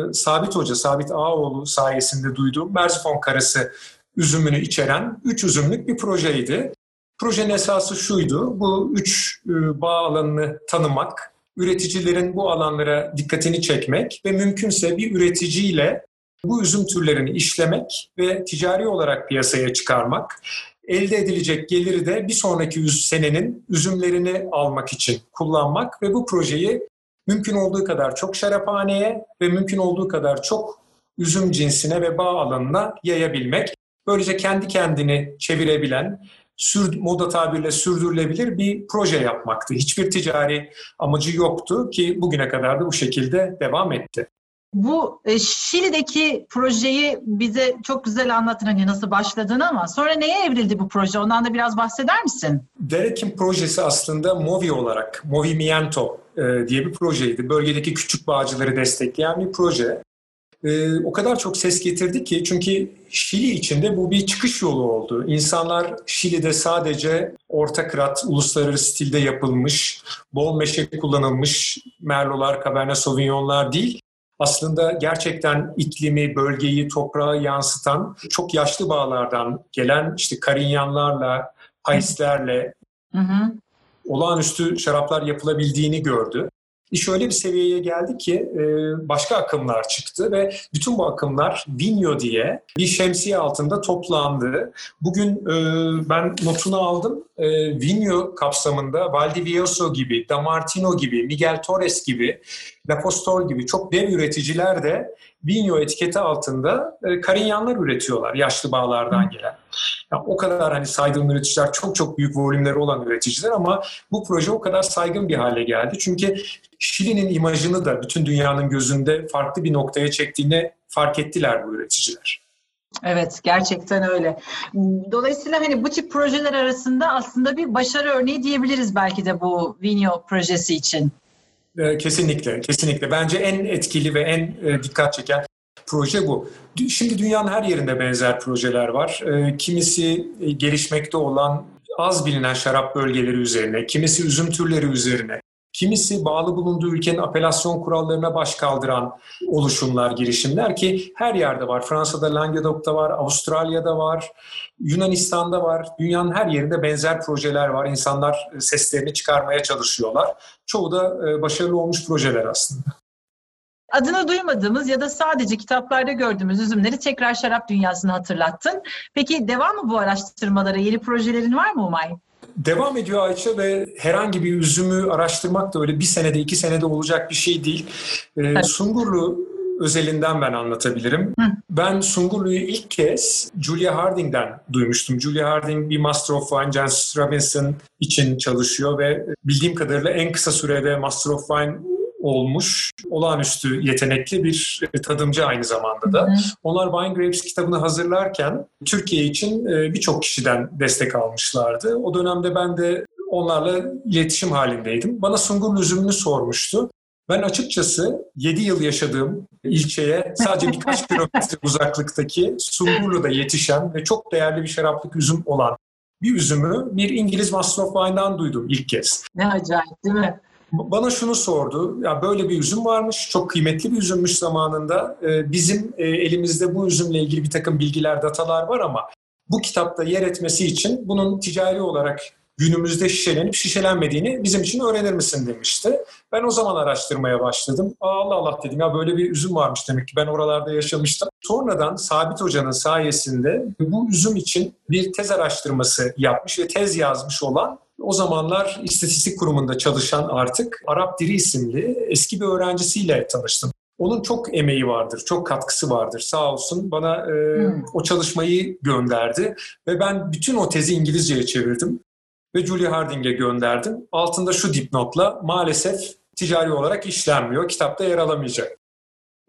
Sabit Ağaoğlu sayesinde duyduğum Merzifon karası üzümünü içeren 3 üzümlük bir projeydi. Projenin esası şuydu, bu 3 bağ alanını tanımak, üreticilerin bu alanlara dikkatini çekmek ve mümkünse bir üreticiyle bu üzüm türlerini işlemek ve ticari olarak piyasaya çıkarmak, elde edilecek geliri de bir sonraki senenin üzümlerini almak için kullanmak ve bu projeyi mümkün olduğu kadar çok şaraphaneye ve mümkün olduğu kadar çok üzüm cinsine ve bağ alanına yayabilmek. Böylece kendi kendini çevirebilen, moda tabirle sürdürülebilir bir proje yapmaktı. Hiçbir ticari amacı yoktu ki bugüne kadar da bu şekilde devam etti. Bu Şili'deki projeyi bize çok güzel anlattın, hani nasıl başladığını, ama sonra neye evrildi bu proje? Ondan da biraz bahseder misin? Derek'in projesi aslında Movimiento diye bir projeydi. Böldeki küçük bağcıları destekleyen bir proje. O kadar çok ses getirdi ki, çünkü Şili içinde bu bir çıkış yolu oldu. İnsanlar Şili'de sadece orta kırat, uluslararası stilde yapılmış, bol meşe kullanılmış Merlot'lar, Cabernet Sauvignon'lar değil, aslında gerçekten iklimi, bölgeyi, toprağı yansıtan çok yaşlı bağlardan gelen işte Carignan''larla, Pais'lerle olağanüstü şaraplar yapılabildiğini gördü. İş öyle bir seviyeye geldi ki başka akımlar çıktı ve bütün bu akımlar Vinho diye bir şemsiye altında toplandı. Bugün ben notunu aldım. Vinho kapsamında Valdivieso gibi, Damartino gibi, Miguel Torres gibi, La Postol gibi çok dev üreticiler de Vinho etiketi altında Carignan'lar üretiyorlar, yaşlı bağlardan gelen. Yani o kadar hani saydığım üreticiler çok çok büyük volümleri olan üreticiler, ama bu proje o kadar saygın bir hale geldi. Çünkü Şili'nin imajını da bütün dünyanın gözünde farklı bir noktaya çektiğini fark ettiler bu üreticiler. Evet, gerçekten öyle. Dolayısıyla hani bu tip projeler arasında aslında bir başarı örneği diyebiliriz belki de bu Vinho projesi için. Kesinlikle, kesinlikle. Bence en etkili ve en dikkat çeken proje bu. Şimdi dünyanın her yerinde benzer projeler var. Kimisi gelişmekte olan az bilinen şarap bölgeleri üzerine, kimisi üzüm türleri üzerine, kimisi bağlı bulunduğu ülkenin apelasyon kurallarına baş kaldıran oluşumlar, girişimler ki her yerde var. Fransa'da Languedoc'ta var, Avustralya'da var, Yunanistan'da var. Dünyanın her yerinde benzer projeler var. İnsanlar seslerini çıkarmaya çalışıyorlar. Çoğu da başarılı olmuş projeler aslında. Adını duymadığımız ya da sadece kitaplarda gördüğümüz üzümleri tekrar şarap dünyasına hatırlattın. Peki devam mı bu araştırmalara? Yeni projelerin var mı Umay? Devam ediyor Ayça ve herhangi bir üzümü araştırmak da öyle bir senede, 2 senede olacak bir şey değil. Evet. Sungurlu özelinden ben anlatabilirim. Ben Sungurlu'yu ilk kez Julia Harding'den duymuştum. Julia Harding bir Master of Wine, James Robinson için çalışıyor ve bildiğim kadarıyla en kısa sürede Master of Wine olmuş, olağanüstü yetenekli bir tadımcı aynı zamanda da. Onlar Wine Grapes kitabını hazırlarken Türkiye için birçok kişiden destek almışlardı. O dönemde ben de onlarla iletişim halindeydim. Bana Sungurlu üzümünü sormuştu. Ben açıkçası 7 yıl yaşadığım ilçeye sadece birkaç kilometre uzaklıktaki Sungurlu'da yetişen ve çok değerli bir şaraplık üzüm olan bir üzümü bir İngiliz Master of Wine'dan duydum ilk kez. Ne acayip, değil mi? Bana şunu sordu, ya böyle bir üzüm varmış, çok kıymetli bir üzümmüş zamanında. Bizim elimizde bu üzümle ilgili bir takım bilgiler, datalar var ama bu kitapta yer etmesi için bunun ticari olarak günümüzde şişelenip şişelenmediğini bizim için öğrenir misin demişti. Ben o zaman araştırmaya başladım. Allah Allah dedim, ya böyle bir üzüm varmış demek ki, ben oralarda yaşamıştım. Sonradan Sabit Hoca'nın sayesinde bu üzüm için bir tez araştırması yapmış ve tez yazmış olan, o zamanlar İstatistik Kurumu'nda çalışan artık Arap Diri isimli eski bir öğrencisiyle tanıştım. Onun çok emeği vardır, çok katkısı vardır. Sağ olsun bana o çalışmayı gönderdi ve ben bütün o tezi İngilizceye çevirdim ve Julia Harding'e gönderdim. Altında şu dipnotla, maalesef ticari olarak işlenmiyor, kitapta yer alamayacak.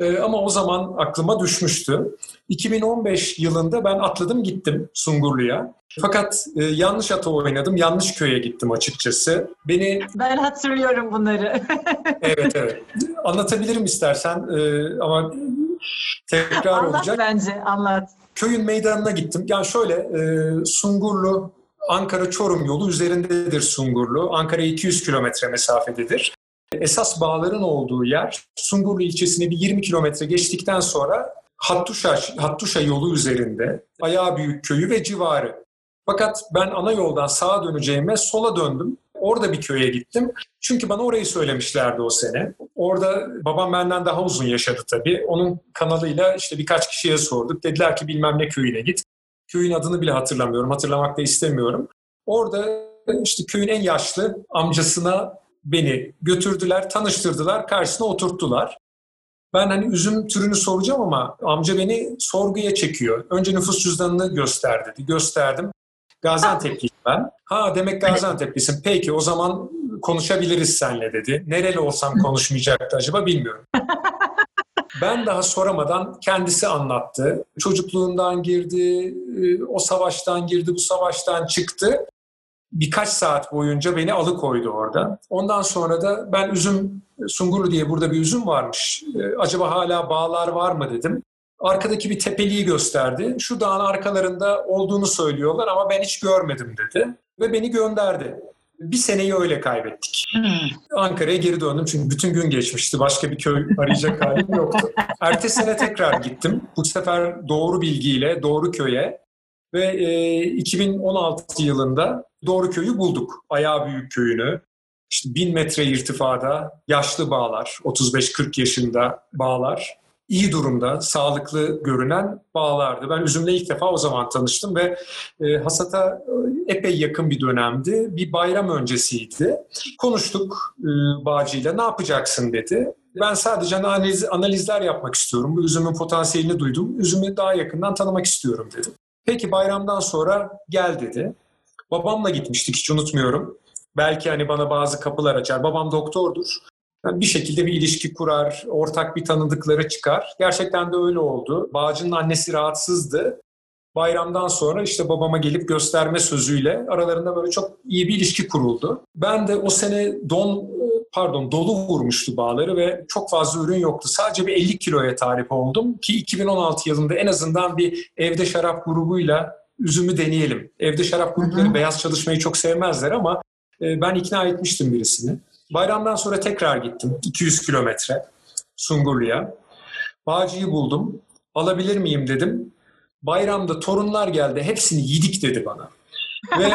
Ama o zaman aklıma düşmüştü. 2015 yılında ben atladım gittim Sungurlu'ya. Fakat yanlış ata oynadım, yanlış köye gittim açıkçası. Ben hatırlıyorum bunları. Evet. Anlatabilirim istersen ama tekrar olacak. Anlat bence, anlat. Köyün meydanına gittim. Yani şöyle, Sungurlu, Ankara-Çorum yolu üzerindedir Sungurlu. Ankara'ya 200 kilometre mesafededir. Esas bağların olduğu yer Sungurlu ilçesine bir 20 kilometre geçtikten sonra Hattuşa yolu üzerinde. Ayağbüyük köyü ve civarı. Fakat ben ana yoldan sağa döneceğime sola döndüm. Orada bir köye gittim. Çünkü bana orayı söylemişlerdi o sene. Orada babam benden daha uzun yaşadı tabii. Onun kanalıyla işte birkaç kişiye sorduk. Dediler ki bilmem ne köyüne git. Köyün adını bile hatırlamıyorum. Hatırlamak da istemiyorum. Orada işte köyün en yaşlı amcasına beni götürdüler, tanıştırdılar, karşısına oturttular. Ben hani üzüm türünü soracağım ama amca beni sorguya çekiyor. Önce nüfus cüzdanını göster dedi. Gösterdim. Gaziantep'liyim ben. Ha demek Gaziantep'lisin. Peki o zaman konuşabiliriz seninle dedi. Nereli olsam konuşmayacaktı acaba bilmiyorum. Ben daha soramadan kendisi anlattı. Çocukluğundan girdi, o savaştan girdi, bu savaştan çıktı. Birkaç saat boyunca beni alıkoydu orada. Ondan sonra da ben Sungurlu diye burada bir üzüm varmış. Acaba hala bağlar var mı dedim. Arkadaki bir tepeliği gösterdi. Şu dağın arkalarında olduğunu söylüyorlar ama ben hiç görmedim dedi. Ve beni gönderdi. Bir seneyi öyle kaybettik. Ankara'ya geri döndüm çünkü bütün gün geçmişti. Başka bir köy arayacak halim yoktu. Ertesi sene tekrar gittim. Bu sefer doğru bilgiyle doğru köye. Ve 2016 yılında doğru köyü bulduk. Ayağbüyük köyünü. İşte 1000 metre irtifada yaşlı bağlar, 35-40 yaşında bağlar. İyi durumda, sağlıklı görünen bağlardı. Ben üzümle ilk defa o zaman tanıştım ve hasata epey yakın bir dönemdi. Bir bayram öncesiydi. Konuştuk bağcıyla, ne yapacaksın dedi. Ben sadece analizler yapmak istiyorum. Bu üzümün potansiyelini duydum. Üzümü daha yakından tanımak istiyorum dedim. Peki bayramdan sonra gel dedi. Babamla gitmiştik, hiç unutmuyorum. Belki hani bana bazı kapılar açar. Babam doktordur. Yani bir şekilde bir ilişki kurar, ortak bir tanıdıkları çıkar. Gerçekten de öyle oldu. Bağcının annesi rahatsızdı. Bayramdan sonra işte babama gelip gösterme sözüyle aralarında böyle çok iyi bir ilişki kuruldu. Ben de o sene dolu vurmuştu bağları ve çok fazla ürün yoktu. Sadece bir 50 kiloya talip oldum ki 2016 yılında en azından bir evde şarap grubuyla üzümü deneyelim. Evde şarap grupları beyaz çalışmayı çok sevmezler ama ben ikna etmiştim birisini. Bayramdan sonra tekrar gittim 200 kilometre Sungurlu'ya. Bağcıyı buldum. Alabilir miyim dedim. Bayramda torunlar geldi. Hepsini yedik dedi bana. Ve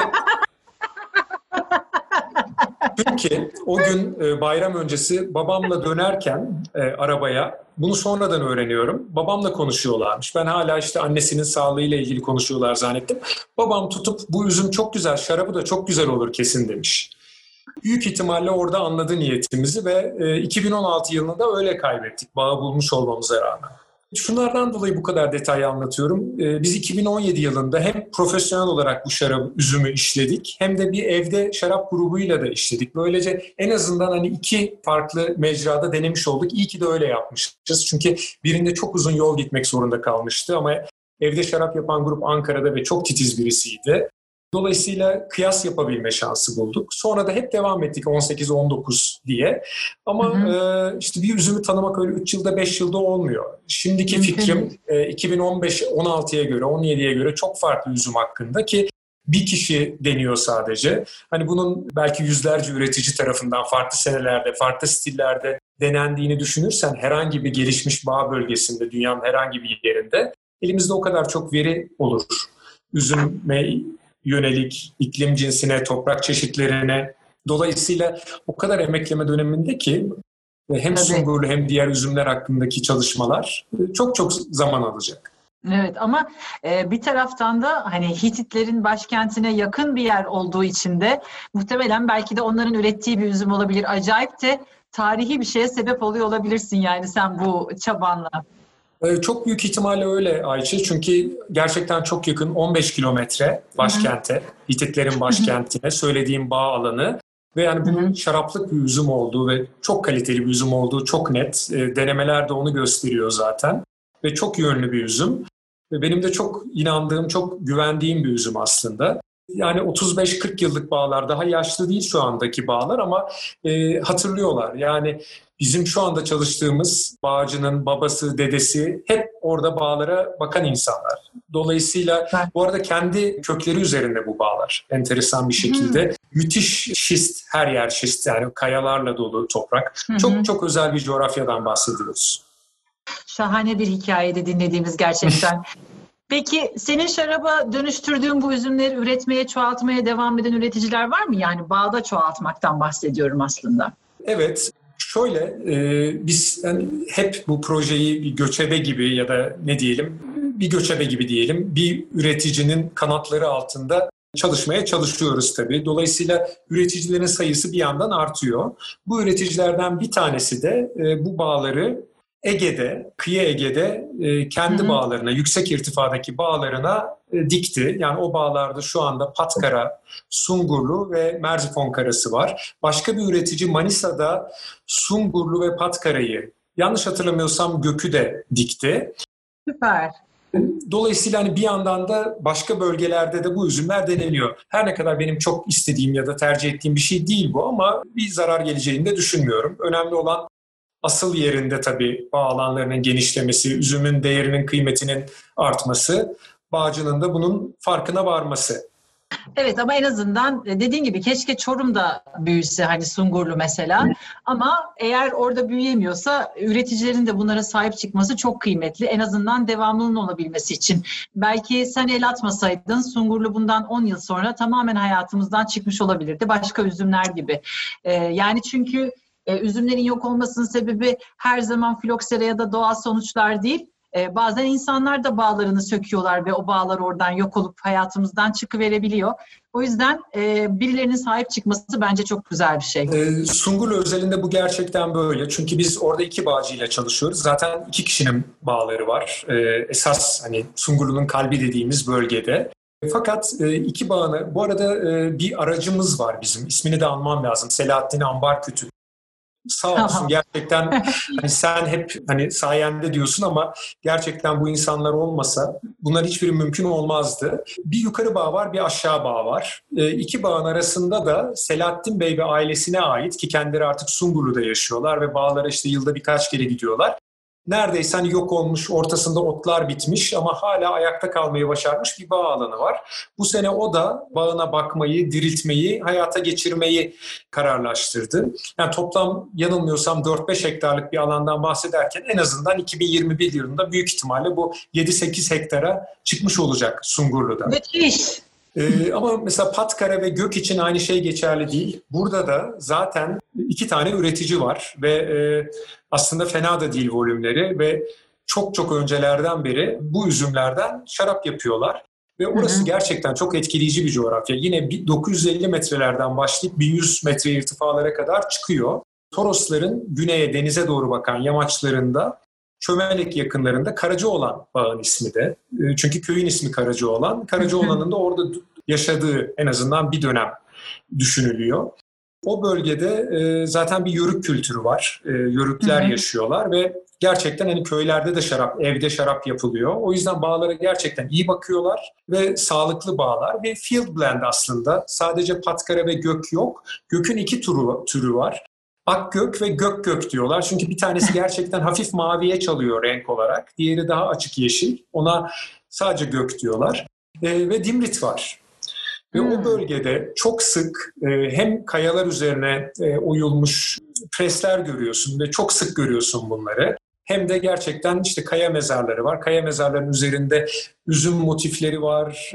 çünkü o gün bayram öncesi babamla dönerken arabaya bunu sonradan öğreniyorum. Babamla konuşuyorlarmış. Ben hala işte annesinin sağlığıyla ilgili konuşuyorlar zannettim. Babam tutup bu üzüm çok güzel, şarabı da çok güzel olur kesin demiş. Büyük ihtimalle orada anladı niyetimizi ve 2016 yılında öyle kaybettik bağı bulmuş olmamıza rağmen. Şunlardan dolayı bu kadar detay anlatıyorum. Biz 2017 yılında hem profesyonel olarak bu üzümü işledik hem de bir evde şarap grubuyla da işledik. Böylece en azından hani iki farklı mecrada denemiş olduk. İyi ki de öyle yapmışız. Çünkü birinde çok uzun yol gitmek zorunda kalmıştı ama evde şarap yapan grup Ankara'da ve çok titiz birisiydi. Dolayısıyla kıyas yapabilme şansı bulduk. Sonra da hep devam ettik 18-19 diye. Ama işte bir üzümü tanımak öyle 3 yılda 5 yılda olmuyor. Şimdiki fikrim 2015-16'ya göre, 17'ye göre çok farklı üzüm hakkında ki bir kişi deniyor sadece. Hani bunun belki yüzlerce üretici tarafından farklı senelerde, farklı stillerde denendiğini düşünürsen herhangi bir gelişmiş bağ bölgesinde, dünyanın herhangi bir yerinde elimizde o kadar çok veri olur. Üzüme yönelik, iklim cinsine, toprak çeşitlerine. Dolayısıyla o kadar emekleme döneminde ki hem Sungurlu hem diğer üzümler hakkındaki çalışmalar çok çok zaman alacak. Evet ama bir taraftan da hani Hititlerin başkentine yakın bir yer olduğu için de muhtemelen belki de onların ürettiği bir üzüm olabilir. Acayip de tarihi bir şeye sebep oluyor olabilirsin yani sen bu çabanla. Çok büyük ihtimalle öyle Ayça. Çünkü gerçekten çok yakın 15 kilometre başkente, Hititlerin başkentine söylediğim bağ alanı Ve yani bunun şaraplık bir üzüm olduğu ve çok kaliteli bir üzüm olduğu çok net. Denemeler de onu gösteriyor zaten. Ve çok yönlü bir üzüm. Ve benim de çok inandığım, çok güvendiğim bir üzüm aslında. Yani 35-40 yıllık bağlar, daha yaşlı değil şu andaki bağlar ama hatırlıyorlar. Yani bizim şu anda çalıştığımız bağcının babası, dedesi hep orada bağlara bakan insanlar. Dolayısıyla bu arada kendi kökleri üzerinde bu bağlar. Enteresan bir şekilde. Müthiş şist, her yer şist, yani kayalarla dolu toprak. Çok çok özel bir coğrafyadan bahsediyoruz. Şahane bir hikayede dinlediğimiz gerçekten. Peki senin şaraba dönüştürdüğün bu üzümleri üretmeye, çoğaltmaya devam eden üreticiler var mı? Yani bağda çoğaltmaktan bahsediyorum aslında. Evet. Şöyle, biz yani hep bu projeyi bir göçebe gibi ya da ne diyelim, bir göçebe gibi diyelim, bir üreticinin kanatları altında çalışmaya çalışıyoruz tabii. Dolayısıyla üreticilerin sayısı bir yandan artıyor. Bu üreticilerden bir tanesi de bu bağları Ege'de, kıyı Ege'de kendi bağlarına, yüksek irtifadaki bağlarına dikti. Yani o bağlarda şu anda Patkara, Sungurlu ve Merzifon karası var. Başka bir üretici Manisa'da Sungurlu ve Patkara'yı, yanlış hatırlamıyorsam Gök'ü de dikti. Süper. Dolayısıyla hani bir yandan da başka bölgelerde de bu üzümler deneniyor. Her ne kadar benim çok istediğim ya da tercih ettiğim bir şey değil bu ama bir zarar geleceğini de düşünmüyorum. Önemli olan asıl yerinde tabii bağ alanlarının genişlemesi, üzümün değerinin, kıymetinin artması, bağcının da bunun farkına varması. Evet ama en azından dediğin gibi keşke Çorum'da büyüse, hani Sungurlu mesela. Ama eğer orada büyüyemiyorsa üreticilerin de bunlara sahip çıkması çok kıymetli. En azından devamlılığının olabilmesi için. Belki sen el atmasaydın Sungurlu bundan 10 yıl sonra tamamen hayatımızdan çıkmış olabilirdi. Başka üzümler gibi. Yani çünkü üzümlerin yok olmasının sebebi her zaman filoksera ya da doğal sonuçlar değil. Bazen insanlar da bağlarını söküyorlar ve o bağlar oradan yok olup hayatımızdan çıkıverebiliyor. O yüzden birilerinin sahip çıkması bence çok güzel bir şey. Sungurlu özelinde bu gerçekten böyle. Çünkü biz orada 2 bağcıyla çalışıyoruz. Zaten 2 kişinin bağları var. Esas hani Sungurlu'nun kalbi dediğimiz bölgede. Fakat 2 bağını, bu arada bir aracımız var bizim. İsmini de anmam lazım. Selahattin Ambarkütü. Sağ olsun gerçekten hani sen hep hani sayende diyorsun ama gerçekten bu insanlar olmasa bunlar hiçbiri mümkün olmazdı. Bir yukarı bağ var, bir aşağı bağ var. 2 bağın arasında da Selahattin Bey ve ailesine ait, ki kendileri artık Sungurlu'da yaşıyorlar ve bağlara işte yılda birkaç kere gidiyorlar. Neredeyse hani yok olmuş, ortasında otlar bitmiş ama hala ayakta kalmayı başarmış bir bağ alanı var. Bu sene o da bağına bakmayı, diriltmeyi, hayata geçirmeyi kararlaştırdı. Yani toplam yanılmıyorsam 4-5 hektarlık bir alandan bahsederken en azından 2021 yılında büyük ihtimalle bu 7-8 hektara çıkmış olacak Sungurlu'da. Müthiş. Ama mesela Patkara ve Gök için aynı şey geçerli değil. Burada da zaten 2 tane üretici var ve aslında fena da değil volümleri ve çok çok öncelerden beri bu üzümlerden şarap yapıyorlar. Ve orası gerçekten çok etkileyici bir coğrafya. Yine 950 metrelerden başlayıp 1100 metre irtifalara kadar çıkıyor. Torosların güneye, denize doğru bakan yamaçlarında, Çömelek yakınlarında Karacaoğlan bağın ismi de. Çünkü köyün ismi Karacaoğlan. Karacaoğlan'ın da orada yaşadığı en azından bir dönem düşünülüyor. O bölgede zaten bir yörük kültürü var. Yörükler yaşıyorlar ve gerçekten hani köylerde de şarap, evde şarap yapılıyor. O yüzden bağlara gerçekten iyi bakıyorlar ve sağlıklı bağlar. Bir field blend aslında. Sadece Patkara ve Gök yok. Gök'ün 2 türü var. Akgök ve Gökgök diyorlar. Çünkü bir tanesi gerçekten hafif maviye çalıyor renk olarak. Diğeri daha açık yeşil. Ona sadece Gök diyorlar. Ve Dimrit var. Ve o bölgede çok sık hem kayalar üzerine oyulmuş presler görüyorsun ve çok sık görüyorsun bunları. Hem de gerçekten işte kaya mezarları var. Kaya mezarlarının üzerinde üzüm motifleri var.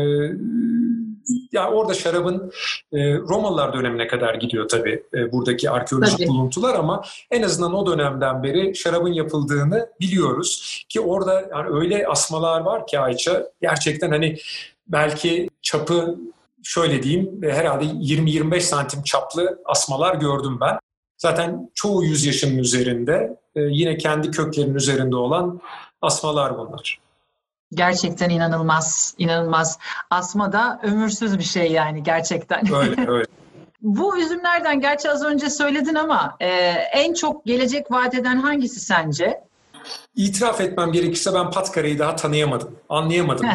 Yani orada şarabın Romalılar dönemine kadar gidiyor tabii buradaki arkeolojik buluntular ama en azından o dönemden beri şarabın yapıldığını biliyoruz. Ki orada yani öyle asmalar var ki Ayça, gerçekten hani belki çapı şöyle diyeyim herhalde 20-25 santim çaplı asmalar gördüm ben. Zaten çoğu 100 yaşının üzerinde yine kendi köklerinin üzerinde olan asmalar bunlar. Gerçekten inanılmaz, inanılmaz. Asma da ömürsüz bir şey yani gerçekten. Öyle, öyle. Bu üzümlerden gerçi az önce söyledin ama en çok gelecek vaat eden hangisi sence? İtiraf etmem gerekirse ben Patkara'yı daha tanıyamadım, anlayamadım.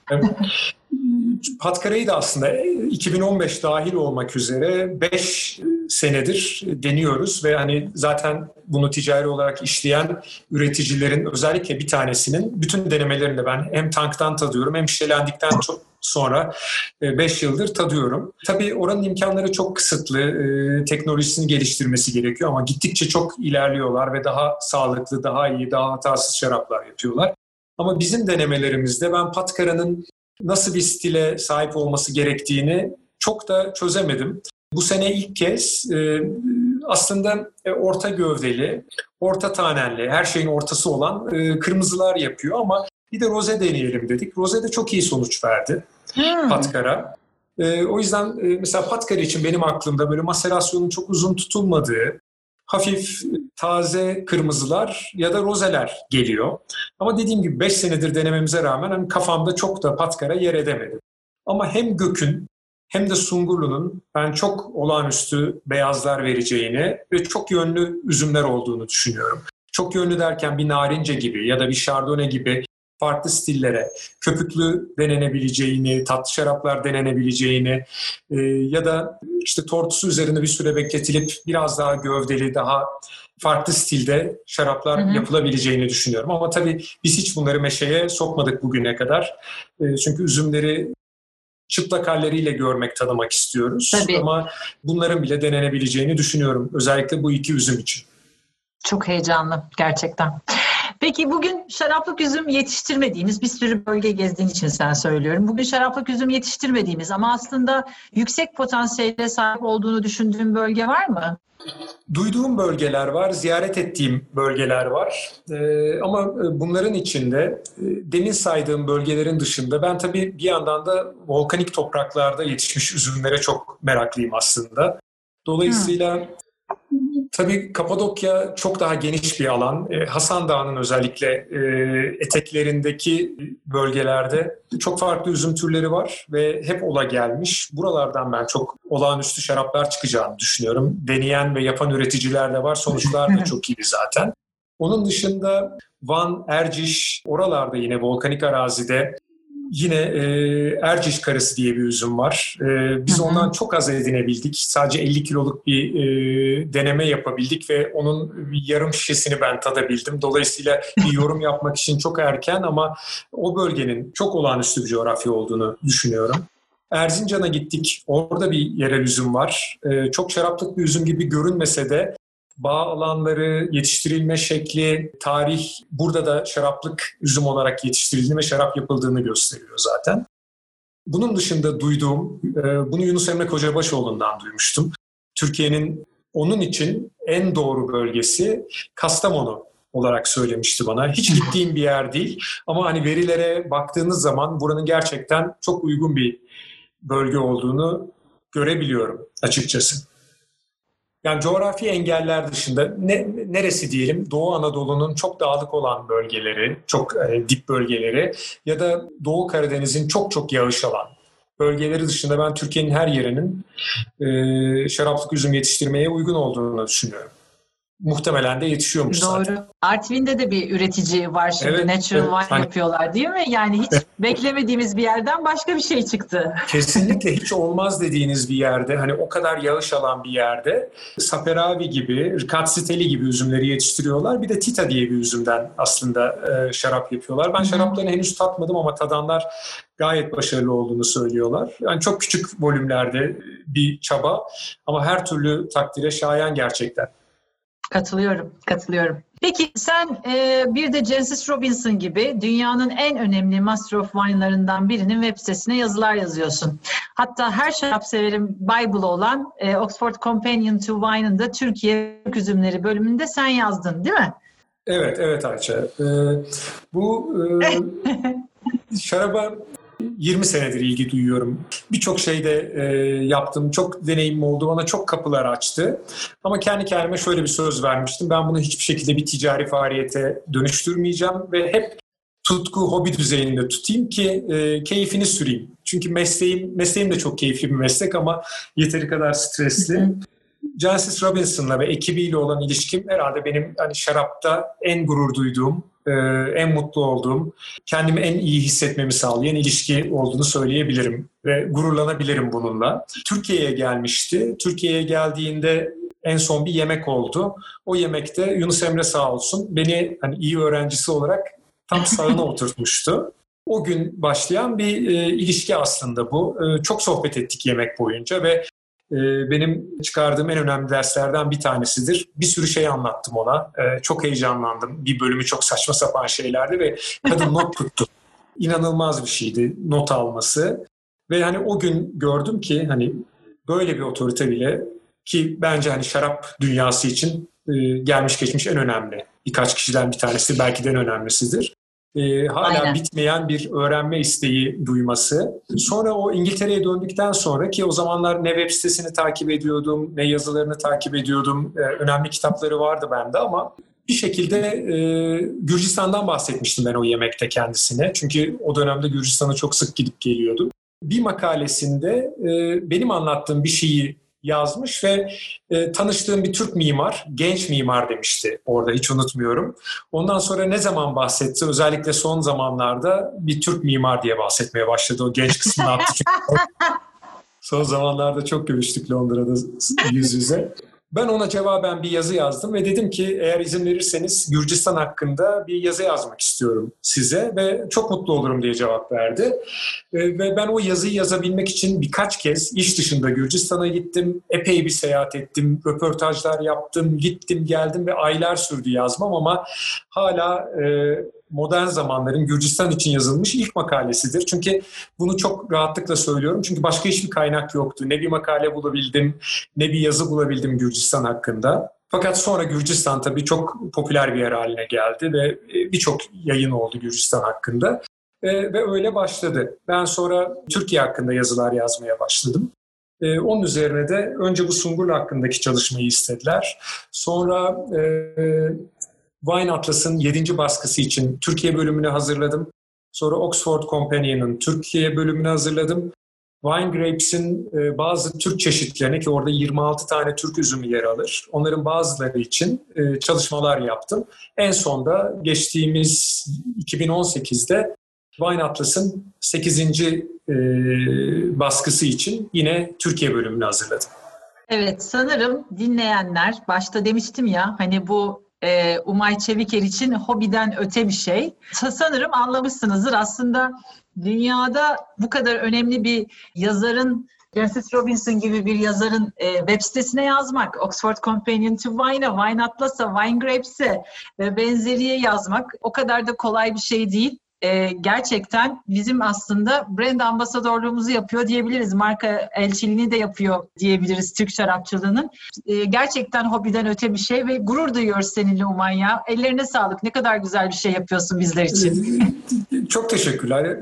Patkara'yı da aslında 2015 dahil olmak üzere 5 senedir deniyoruz ve hani zaten bunu ticari olarak işleyen üreticilerin özellikle bir tanesinin bütün denemelerini ben hem tanktan tadıyorum hem şişelendikten sonra 5 yıldır tadıyorum. Tabii oranın imkanları çok kısıtlı, teknolojisini geliştirmesi gerekiyor ama gittikçe çok ilerliyorlar ve daha sağlıklı, daha iyi, daha hatasız şaraplar yapıyorlar. Ama bizim denemelerimizde ben Patkara'nın nasıl bir stile sahip olması gerektiğini çok da çözemedim. Bu sene ilk kez aslında orta gövdeli, orta tanenli, her şeyin ortası olan kırmızılar yapıyor ama bir de roze deneyelim dedik. Roze de çok iyi sonuç verdi Patkara. O yüzden mesela Patkara için benim aklımda böyle maserasyonun çok uzun tutulmadığı, hafif taze kırmızılar ya da rozeler geliyor. Ama dediğim gibi 5 senedir denememize rağmen hani kafamda çok da Patkara yer edemedi. Ama hem Gök'ün hem de Sungurlu'nun ben çok olağanüstü beyazlar vereceğini ve çok yönlü üzümler olduğunu düşünüyorum. Çok yönlü derken bir narince gibi ya da bir şardonnay gibi farklı stillere, köpüklü denenebileceğini, tatlı şaraplar denenebileceğini ya da işte tortusu üzerine bir süre bekletilip biraz daha gövdeli, daha farklı stilde şaraplar yapılabileceğini düşünüyorum. Ama tabii biz hiç bunları meşeye sokmadık bugüne kadar. Çünkü üzümleri çıplak halleriyle görmek, tanımak istiyoruz. Tabii. Ama bunların bile denenebileceğini düşünüyorum. Özellikle bu 2 üzüm için. Çok heyecanlı gerçekten. Peki bugün şaraplık üzüm yetiştirmediğimiz, bir sürü bölge gezdiğin için sen söylüyorum. Bugün şaraplık üzüm yetiştirmediğimiz ama aslında yüksek potansiyele sahip olduğunu düşündüğün bölge var mı? Duyduğum bölgeler var, ziyaret ettiğim bölgeler var. Ama bunların içinde demin saydığım bölgelerin dışında ben tabii bir yandan da volkanik topraklarda yetişmiş üzümlere çok meraklıyım aslında. Dolayısıyla tabii Kapadokya çok daha geniş bir alan. Hasan Dağı'nın özellikle eteklerindeki bölgelerde çok farklı üzüm türleri var ve hep ola gelmiş. Buralardan ben çok olağanüstü şaraplar çıkacağını düşünüyorum. Deneyen ve yapan üreticiler de var. Sonuçlar da çok iyi zaten. Onun dışında Van, Erciş, oralarda yine volkanik arazide yine Erciş karısı diye bir üzüm var. Biz ondan çok az edinebildik. Sadece 50 kiloluk bir deneme yapabildik ve onun yarım şişesini ben tadabildim. Dolayısıyla bir yorum yapmak için çok erken ama o bölgenin çok olağanüstü bir coğrafya olduğunu düşünüyorum. Erzincan'a gittik. Orada bir yerel üzüm var. Çok şaraplık bir üzüm gibi görünmese de bağ alanları, yetiştirilme şekli, tarih burada da şaraplık üzüm olarak yetiştirildiğini ve şarap yapıldığını gösteriyor zaten. Bunun dışında duyduğum, bunu Yunus Emre Kocabaşoğlu'ndan duymuştum. Türkiye'nin onun için en doğru bölgesi Kastamonu olarak söylemişti bana. Hiç gittiğim bir yer değil ama hani verilere baktığınız zaman buranın gerçekten çok uygun bir bölge olduğunu görebiliyorum açıkçası. Yani coğrafi engeller dışında neresi diyelim Doğu Anadolu'nun çok dağlık olan bölgeleri, çok dip bölgeleri ya da Doğu Karadeniz'in çok çok yağış alan bölgeleri dışında ben Türkiye'nin her yerinin şaraplık üzüm yetiştirmeye uygun olduğunu düşünüyorum. Muhtemelen de yetişiyormuş Doğru. zaten. Artvin'de de bir üretici var şimdi. Evet, Natural Wine evet. yapıyorlar değil mi? Yani hiç beklemediğimiz bir yerden başka bir şey çıktı. Kesinlikle hiç olmaz dediğiniz bir yerde, hani o kadar yağış alan bir yerde Saperavi gibi, Rkatsiteli gibi üzümleri yetiştiriyorlar. Bir de Tita diye bir üzümden aslında şarap yapıyorlar. Ben şaraplarını henüz tatmadım ama tadanlar gayet başarılı olduğunu söylüyorlar. Yani çok küçük volümlerde bir çaba ama her türlü takdire şayan gerçekten. Katılıyorum. Peki sen bir de Jancis Robinson gibi dünyanın en önemli Master of Wine'larından birinin web sitesine yazılar yazıyorsun. Hatta her şarap severin Bible'ı olan Oxford Companion to Wine'ın da Türkiye üzümleri bölümünde sen yazdın değil mi? Evet Ayça. Bu şaraba 20 senedir ilgi duyuyorum. Birçok şeyde yaptım. Çok deneyimim oldu. Bana çok kapılar açtı. Ama kendi kendime şöyle bir söz vermiştim. Ben bunu hiçbir şekilde bir ticari faaliyete dönüştürmeyeceğim ve hep tutku, hobi düzeyinde tutayım ki keyfini süreyim. Çünkü mesleğim de çok keyifli bir meslek ama yeteri kadar stresli. Jancis Robinson'la ve ekibiyle olan ilişkim herhalde benim hani şarapta en gurur duyduğum, en mutlu olduğum, kendimi en iyi hissetmemi sağlayan ilişki olduğunu söyleyebilirim ve gururlanabilirim bununla. Türkiye'ye gelmişti. Türkiye'ye geldiğinde en son bir yemek oldu. O yemekte Yunus Emre sağ olsun beni hani iyi öğrencisi olarak tam sağına oturtmuştu. O gün başlayan bir ilişki aslında bu. Çok sohbet ettik yemek boyunca ve benim çıkardığım en önemli derslerden bir tanesidir. Bir sürü şey anlattım ona. Çok heyecanlandım. Bir bölümü çok saçma sapan şeylerdi ve kadın not tuttu. İnanılmaz bir şeydi not alması. Ve hani o gün gördüm ki hani böyle bir otorite bile, ki bence hani şarap dünyası için gelmiş geçmiş en önemli birkaç kişiden bir tanesi, belki de en önemlisidir. Hala Aynen. bitmeyen bir öğrenme isteği duyması. Sonra o İngiltere'ye döndükten sonra, ki o zamanlar ne web sitesini takip ediyordum, ne yazılarını takip ediyordum. Önemli kitapları vardı bende ama bir şekilde Gürcistan'dan bahsetmiştim ben o yemekte kendisine. Çünkü o dönemde Gürcistan'a çok sık gidip geliyordum. Bir makalesinde benim anlattığım bir şeyi yazmış ve tanıştığım bir Türk mimar, genç mimar demişti orada, hiç unutmuyorum. Ondan sonra ne zaman bahsetti, özellikle son zamanlarda bir Türk mimar diye bahsetmeye başladı. O genç kısmını attı çünkü son zamanlarda çok görüştük Londra'da yüz yüze. Ben ona cevaben bir yazı yazdım ve dedim ki eğer izin verirseniz Gürcistan hakkında bir yazı yazmak istiyorum size ve çok mutlu olurum diye cevap verdi. Ve ben o yazıyı yazabilmek için birkaç kez iş dışında Gürcistan'a gittim. Epey bir seyahat ettim, röportajlar yaptım, gittim geldim ve aylar sürdü yazmam ama hala modern zamanların Gürcistan için yazılmış ilk makalesidir. Çünkü bunu çok rahatlıkla söylüyorum. Çünkü başka hiçbir kaynak yoktu. Ne bir makale bulabildim, ne bir yazı bulabildim Gürcistan hakkında. Fakat sonra Gürcistan tabii çok popüler bir yer haline geldi ve birçok yayın oldu Gürcistan hakkında. Ve öyle başladı. Ben sonra Türkiye hakkında yazılar yazmaya başladım. Onun üzerine de önce bu Sungurlu hakkındaki çalışmayı istediler. Sonra Wine Atlas'ın 7. baskısı için Türkiye bölümünü hazırladım. Sonra Oxford Companion'ın Türkiye bölümünü hazırladım. Wine Grapes'in bazı Türk çeşitlerine, ki orada 26 tane Türk üzümü yer alır, onların bazıları için çalışmalar yaptım. En son da geçtiğimiz 2018'de Wine Atlas'ın 8. baskısı için yine Türkiye bölümünü hazırladım. Evet, sanırım dinleyenler, başta demiştim ya hani bu Umay Çeviker için hobiden öte bir şey. Sanırım anlamışsınızdır. Aslında dünyada bu kadar önemli bir yazarın, Jancis Robinson gibi bir yazarın web sitesine yazmak, Oxford Companion to Wine'a, Wine Atlas'a, Wine Grapes'e ve benzeriye yazmak o kadar da kolay bir şey değil. Gerçekten bizim aslında brand ambasadorluğumuzu yapıyor diyebiliriz. Marka elçiliğini de yapıyor diyebiliriz Türk şarapçılığının. Gerçekten hobiden öte bir şey ve gurur duyuyoruz seninle Umay ya. Ellerine sağlık. Ne kadar güzel bir şey yapıyorsun bizler için. Çok teşekkürler.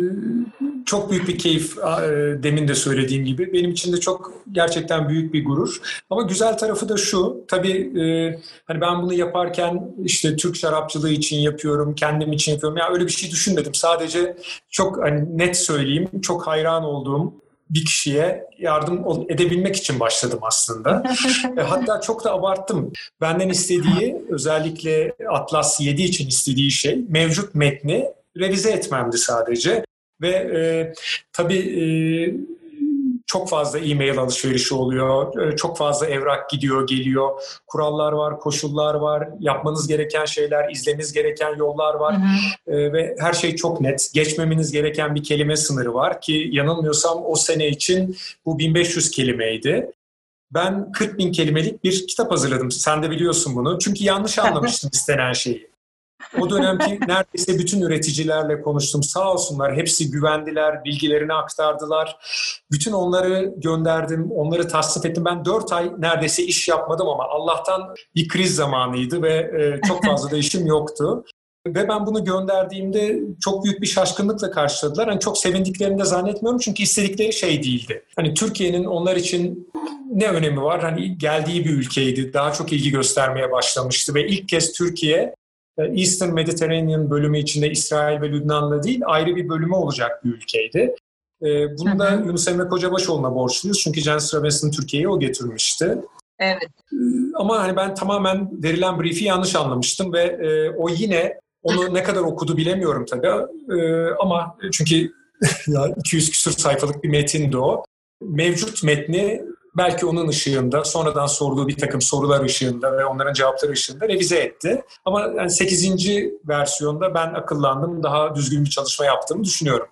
Çok büyük bir keyif, demin de söylediğim gibi. Benim için de çok gerçekten büyük bir gurur. Ama güzel tarafı da şu, tabii hani ben bunu yaparken işte Türk şarapçılığı için yapıyorum, kendim için yapıyorum. Yani öyle bir şey düşünmedim. Sadece çok hani net söyleyeyim, çok hayran olduğum bir kişiye yardım edebilmek için başladım aslında. Hatta çok da abarttım. Benden istediği, özellikle Atlas 7 için istediği şey mevcut metni revize etmemdi sadece. Ve tabii çok fazla e-mail alışverişi oluyor, çok fazla evrak gidiyor, geliyor. Kurallar var, koşullar var, yapmanız gereken şeyler, izlemeniz gereken yollar var. Ve her şey çok net. Geçmemeniz gereken bir kelime sınırı var ki yanılmıyorsam o sene için bu 1500 kelimeydi. Ben 40.000 kelimelik bir kitap hazırladım. Sen de biliyorsun bunu. Çünkü yanlış anlamıştım istenen şeyi. O dönemki neredeyse bütün üreticilerle konuştum. Sağ olsunlar, hepsi güvendiler, bilgilerini aktardılar. Bütün onları gönderdim, onları tasnif ettim. Ben 4 ay neredeyse iş yapmadım ama Allah'tan bir kriz zamanıydı ve çok fazla da işim yoktu. Ve ben bunu gönderdiğimde çok büyük bir şaşkınlıkla karşıladılar. Hani çok sevindiklerini de zannetmiyorum çünkü istedikleri şey değildi. Hani Türkiye'nin onlar için ne önemi var? Hani geldiği bir ülkeydi, daha çok ilgi göstermeye başlamıştı ve ilk kez Türkiye Eastern Mediterranean bölümü içinde İsrail ve Lübnan'la değil, ayrı bir bölümü olacak bir ülkeydi. Bunu da Yunus Emre Kocabaşoğlu'na borçluyuz. Çünkü Jens Ravens'in Türkiye'ye o getirmişti. Evet. Ama hani ben tamamen verilen brief'i yanlış anlamıştım ve o yine onu ne kadar okudu bilemiyorum tabii. Ama çünkü ya 200 küsur sayfalık bir metindi o. Mevcut metni belki onun ışığında, sonradan sorduğu bir takım sorular ışığında ve onların cevapları ışığında revize etti. Ama yani 8. versiyonda ben akıllandım, daha düzgün bir çalışma yaptığımı düşünüyorum.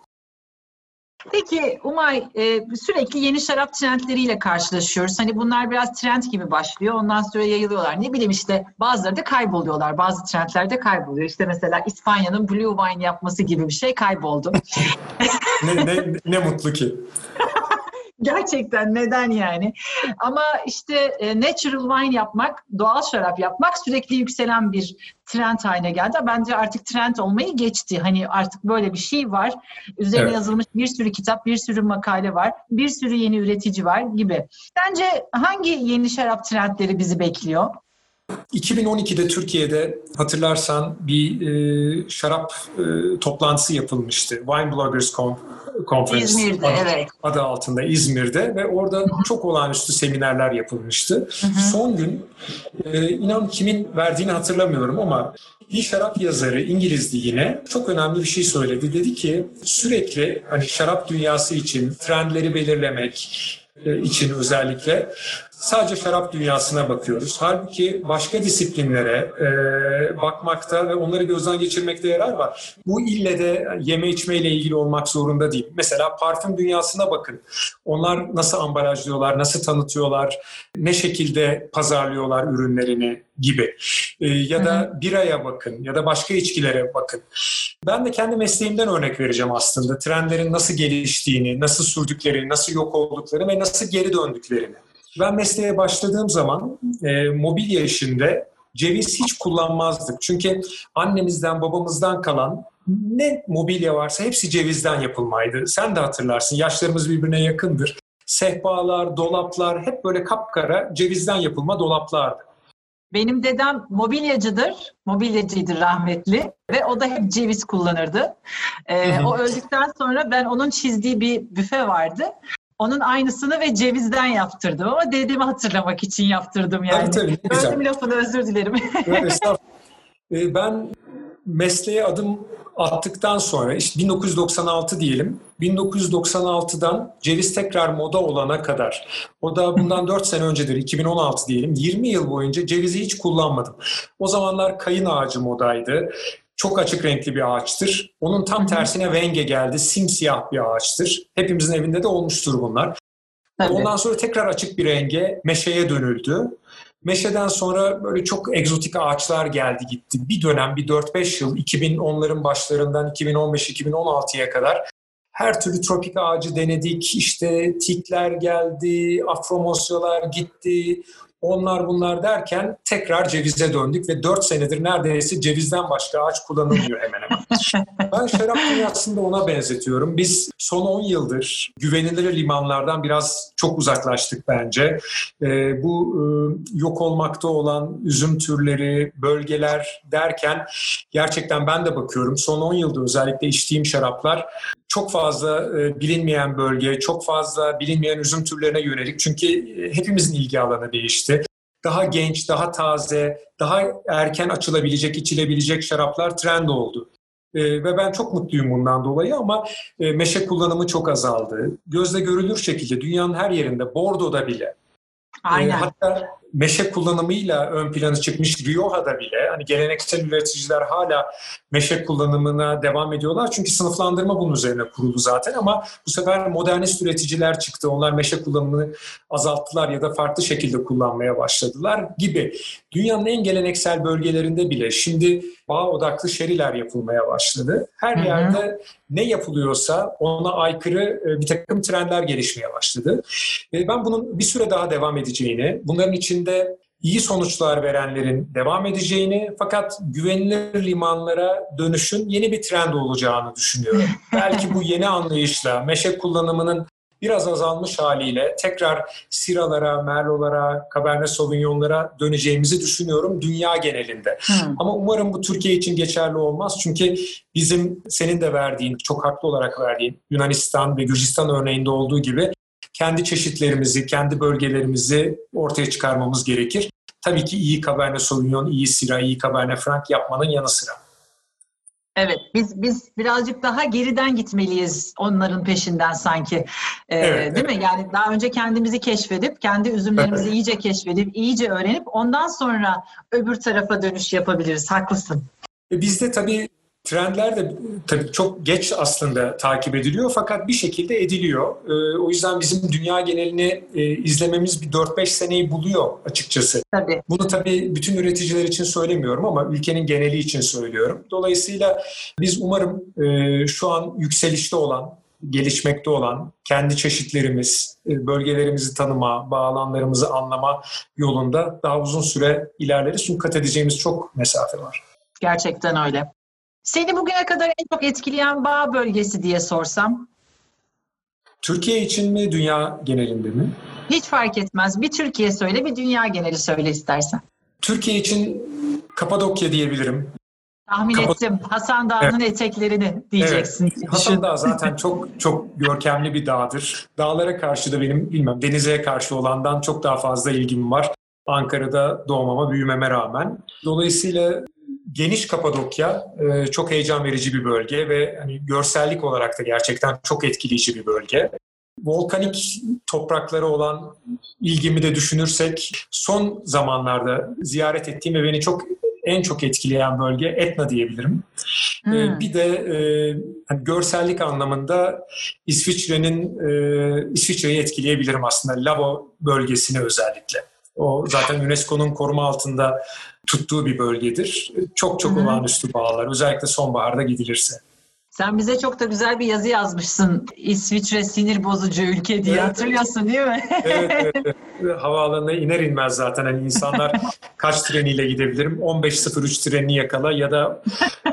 Peki Umay, sürekli yeni şarap trendleriyle karşılaşıyoruz. Hani bunlar biraz trend gibi başlıyor. Ondan sonra yayılıyorlar. Ne bileyim işte bazıları da kayboluyorlar. Bazı trendler de kayboluyor. İşte mesela İspanya'nın Blue Wine yapması gibi bir şey kayboldu. ne mutlu ki. Gerçekten neden yani? Ama işte natural wine yapmak, doğal şarap yapmak sürekli yükselen bir trend haline geldi. Bence artık trend olmayı geçti. Hani artık böyle bir şey var. Üzerine yazılmış bir sürü kitap, bir sürü makale var. Bir sürü yeni üretici var gibi. Sence hangi yeni şarap trendleri bizi bekliyor? 2012'de Türkiye'de hatırlarsan bir şarap toplantısı yapılmıştı. Wine Bloggers Conference İzmir'de, adı altında İzmir'de ve orada çok olağanüstü seminerler yapılmıştı. Son gün inan kimin verdiğini hatırlamıyorum ama bir şarap yazarı, İngilizdi yine, çok önemli bir şey söyledi. Dedi ki sürekli hani şarap dünyası için trendleri belirlemek için özellikle sadece şarap dünyasına bakıyoruz. Halbuki başka disiplinlere bakmakta ve onları gözden geçirmekte yarar var. Bu ille de yeme içmeyle ilgili olmak zorunda değil. Mesela parfüm dünyasına bakın. Onlar nasıl ambalajlıyorlar, nasıl tanıtıyorlar, ne şekilde pazarlıyorlar ürünlerini gibi. Ya da biraya bakın ya da başka içkilere bakın. Ben de kendi mesleğimden örnek vereceğim aslında. Trendlerin nasıl geliştiğini, nasıl sürdüklerini, nasıl yok olduklarını ve nasıl geri döndüklerini. Ben mesleğe başladığım zaman mobilya işinde ceviz hiç kullanmazdık. Çünkü annemizden, babamızdan kalan ne mobilya varsa hepsi cevizden yapılmaydı. Sen de hatırlarsın, yaşlarımız birbirine yakındır. Sehpalar, dolaplar hep böyle kapkara cevizden yapılma dolaplardı. Benim dedem mobilyacıydı rahmetli ve o da hep ceviz kullanırdı. O öldükten sonra ben onun çizdiği bir büfe vardı. Onun aynısını ve cevizden yaptırdım ama dedemi hatırlamak için yaptırdım yani. Tabii, Böldüm lafını, özür dilerim. Ben mesleğe adım attıktan sonra işte 1996 diyelim. 1996'dan ceviz tekrar moda olana kadar, o da bundan 4 sene öncedir, 2016 diyelim, 20 yıl boyunca cevizi hiç kullanmadım. O zamanlar kayın ağacı modaydı. Çok açık renkli bir ağaçtır. Onun tam tersine venge geldi. Simsiyah bir ağaçtır. Hepimizin evinde de olmuştur bunlar. Tabii. Ondan sonra tekrar açık bir renge, meşeye dönüldü. Meşeden sonra böyle çok egzotik ağaçlar geldi gitti. Bir dönem, bir 4-5 yıl, 2010'ların başlarından 2015-2016'ya kadar her türlü tropik ağacı denedik. İşte tikler geldi, afromosyalar gitti. Onlar bunlar derken tekrar cevize döndük ve 4 senedir neredeyse cevizden başka ağaç kullanılmıyor hemen hemen. Ben şarap dünyasında ona benzetiyorum. Biz son 10 yıldır güvenilir limanlardan biraz çok uzaklaştık bence. Bu yok olmakta olan üzüm türleri, bölgeler derken gerçekten ben de bakıyorum. Son 10 yılda özellikle içtiğim şaraplar çok fazla bilinmeyen bölge, çok fazla bilinmeyen üzüm türlerine yönelik. Çünkü hepimizin ilgi alanı değişti. Daha genç, daha taze, daha erken açılabilecek, içilebilecek şaraplar trend oldu. Ve ben çok mutluyum bundan dolayı ama meşe kullanımı çok azaldı. Gözle görülür şekilde dünyanın her yerinde, Bordo'da bile. Aynen. Hatta meşe kullanımıyla ön plana çıkmış Rioja'da bile hani geleneksel üreticiler hala meşe kullanımına devam ediyorlar. Çünkü sınıflandırma bunun üzerine kuruldu zaten ama bu sefer modernist üreticiler çıktı. Onlar meşe kullanımını azalttılar ya da farklı şekilde kullanmaya başladılar gibi. Dünyanın en geleneksel bölgelerinde bile şimdi bağ odaklı şeriler yapılmaya başladı. Her yerde ne yapılıyorsa ona aykırı bir takım trendler gelişmeye başladı. Ben bunun bir süre daha devam edeceğini, bunların içinde iyi sonuçlar verenlerin devam edeceğini fakat güvenilir limanlara dönüşün yeni bir trend olacağını düşünüyorum. Belki bu yeni anlayışla meşe kullanımının biraz azalmış haliyle tekrar Syrah'lara, Merlot'lara, Cabernet Sauvignon'lara döneceğimizi düşünüyorum dünya genelinde. Ama umarım bu Türkiye için geçerli olmaz. Çünkü bizim senin de verdiğin, çok haklı olarak verdiğin Yunanistan ve Gürcistan örneğinde olduğu gibi kendi çeşitlerimizi, kendi bölgelerimizi ortaya çıkarmamız gerekir. Tabii ki iyi Cabernet Sauvignon, iyi Syrah, iyi Cabernet Franc yapmanın yanı sıra. Evet, biz birazcık daha geriden gitmeliyiz onların peşinden sanki. Evet, değil mi? Yani daha önce kendimizi keşfedip, kendi üzümlerimizi iyice keşfedip, iyice öğrenip ondan sonra öbür tarafa dönüş yapabiliriz. Haklısın. Bizde tabii trendler de tabii çok geç aslında takip ediliyor fakat bir şekilde ediliyor. O yüzden bizim dünya genelini izlememiz bir 4-5 seneyi buluyor açıkçası. Tabii. Bunu tabii bütün üreticiler için söylemiyorum ama ülkenin geneli için söylüyorum. Dolayısıyla biz umarım şu an yükselişte olan, gelişmekte olan kendi çeşitlerimiz, bölgelerimizi tanıma, bağlamlarımızı anlama yolunda daha uzun süre ilerleriz. Çünkü kat edeceğimiz çok mesafe var. Gerçekten öyle. Seni bugüne kadar en çok etkileyen bağ bölgesi diye sorsam? Türkiye için mi, dünya genelinde mi? Hiç fark etmez. Bir Türkiye söyle, bir dünya geneli söyle istersen. Türkiye için Kapadokya diyebilirim. Tahmin ettim. Hasan Dağı'nın eteklerini diyeceksin. Evet. Hasan Dağı zaten çok görkemli bir dağdır. Dağlara karşı da benim denize karşı olandan çok daha fazla ilgim var. Ankara'da doğmama, büyümeme rağmen. Dolayısıyla geniş Kapadokya çok heyecan verici bir bölge ve hani görsellik olarak da gerçekten çok etkileyici bir bölge. Volkanik toprakları olan ilgimi de düşünürsek son zamanlarda ziyaret ettiğim ve beni en çok etkileyen bölge Etna diyebilirim. Bir de hani görsellik anlamında İsviçre'yi etkileyebilirim aslında. Lavo bölgesini özellikle. O zaten UNESCO'nun koruma altında tuttuğu bir bölgedir. Çok olağanüstü bağlar. Özellikle sonbaharda gidilirse. Sen bize çok da güzel bir yazı yazmışsın. İsviçre sinir bozucu ülke diye, hatırlıyorsun değil mi? Evet. Havaalanına iner inmez zaten hani insanlar kaç treniyle gidebilirim? 15.03 trenini yakala ya da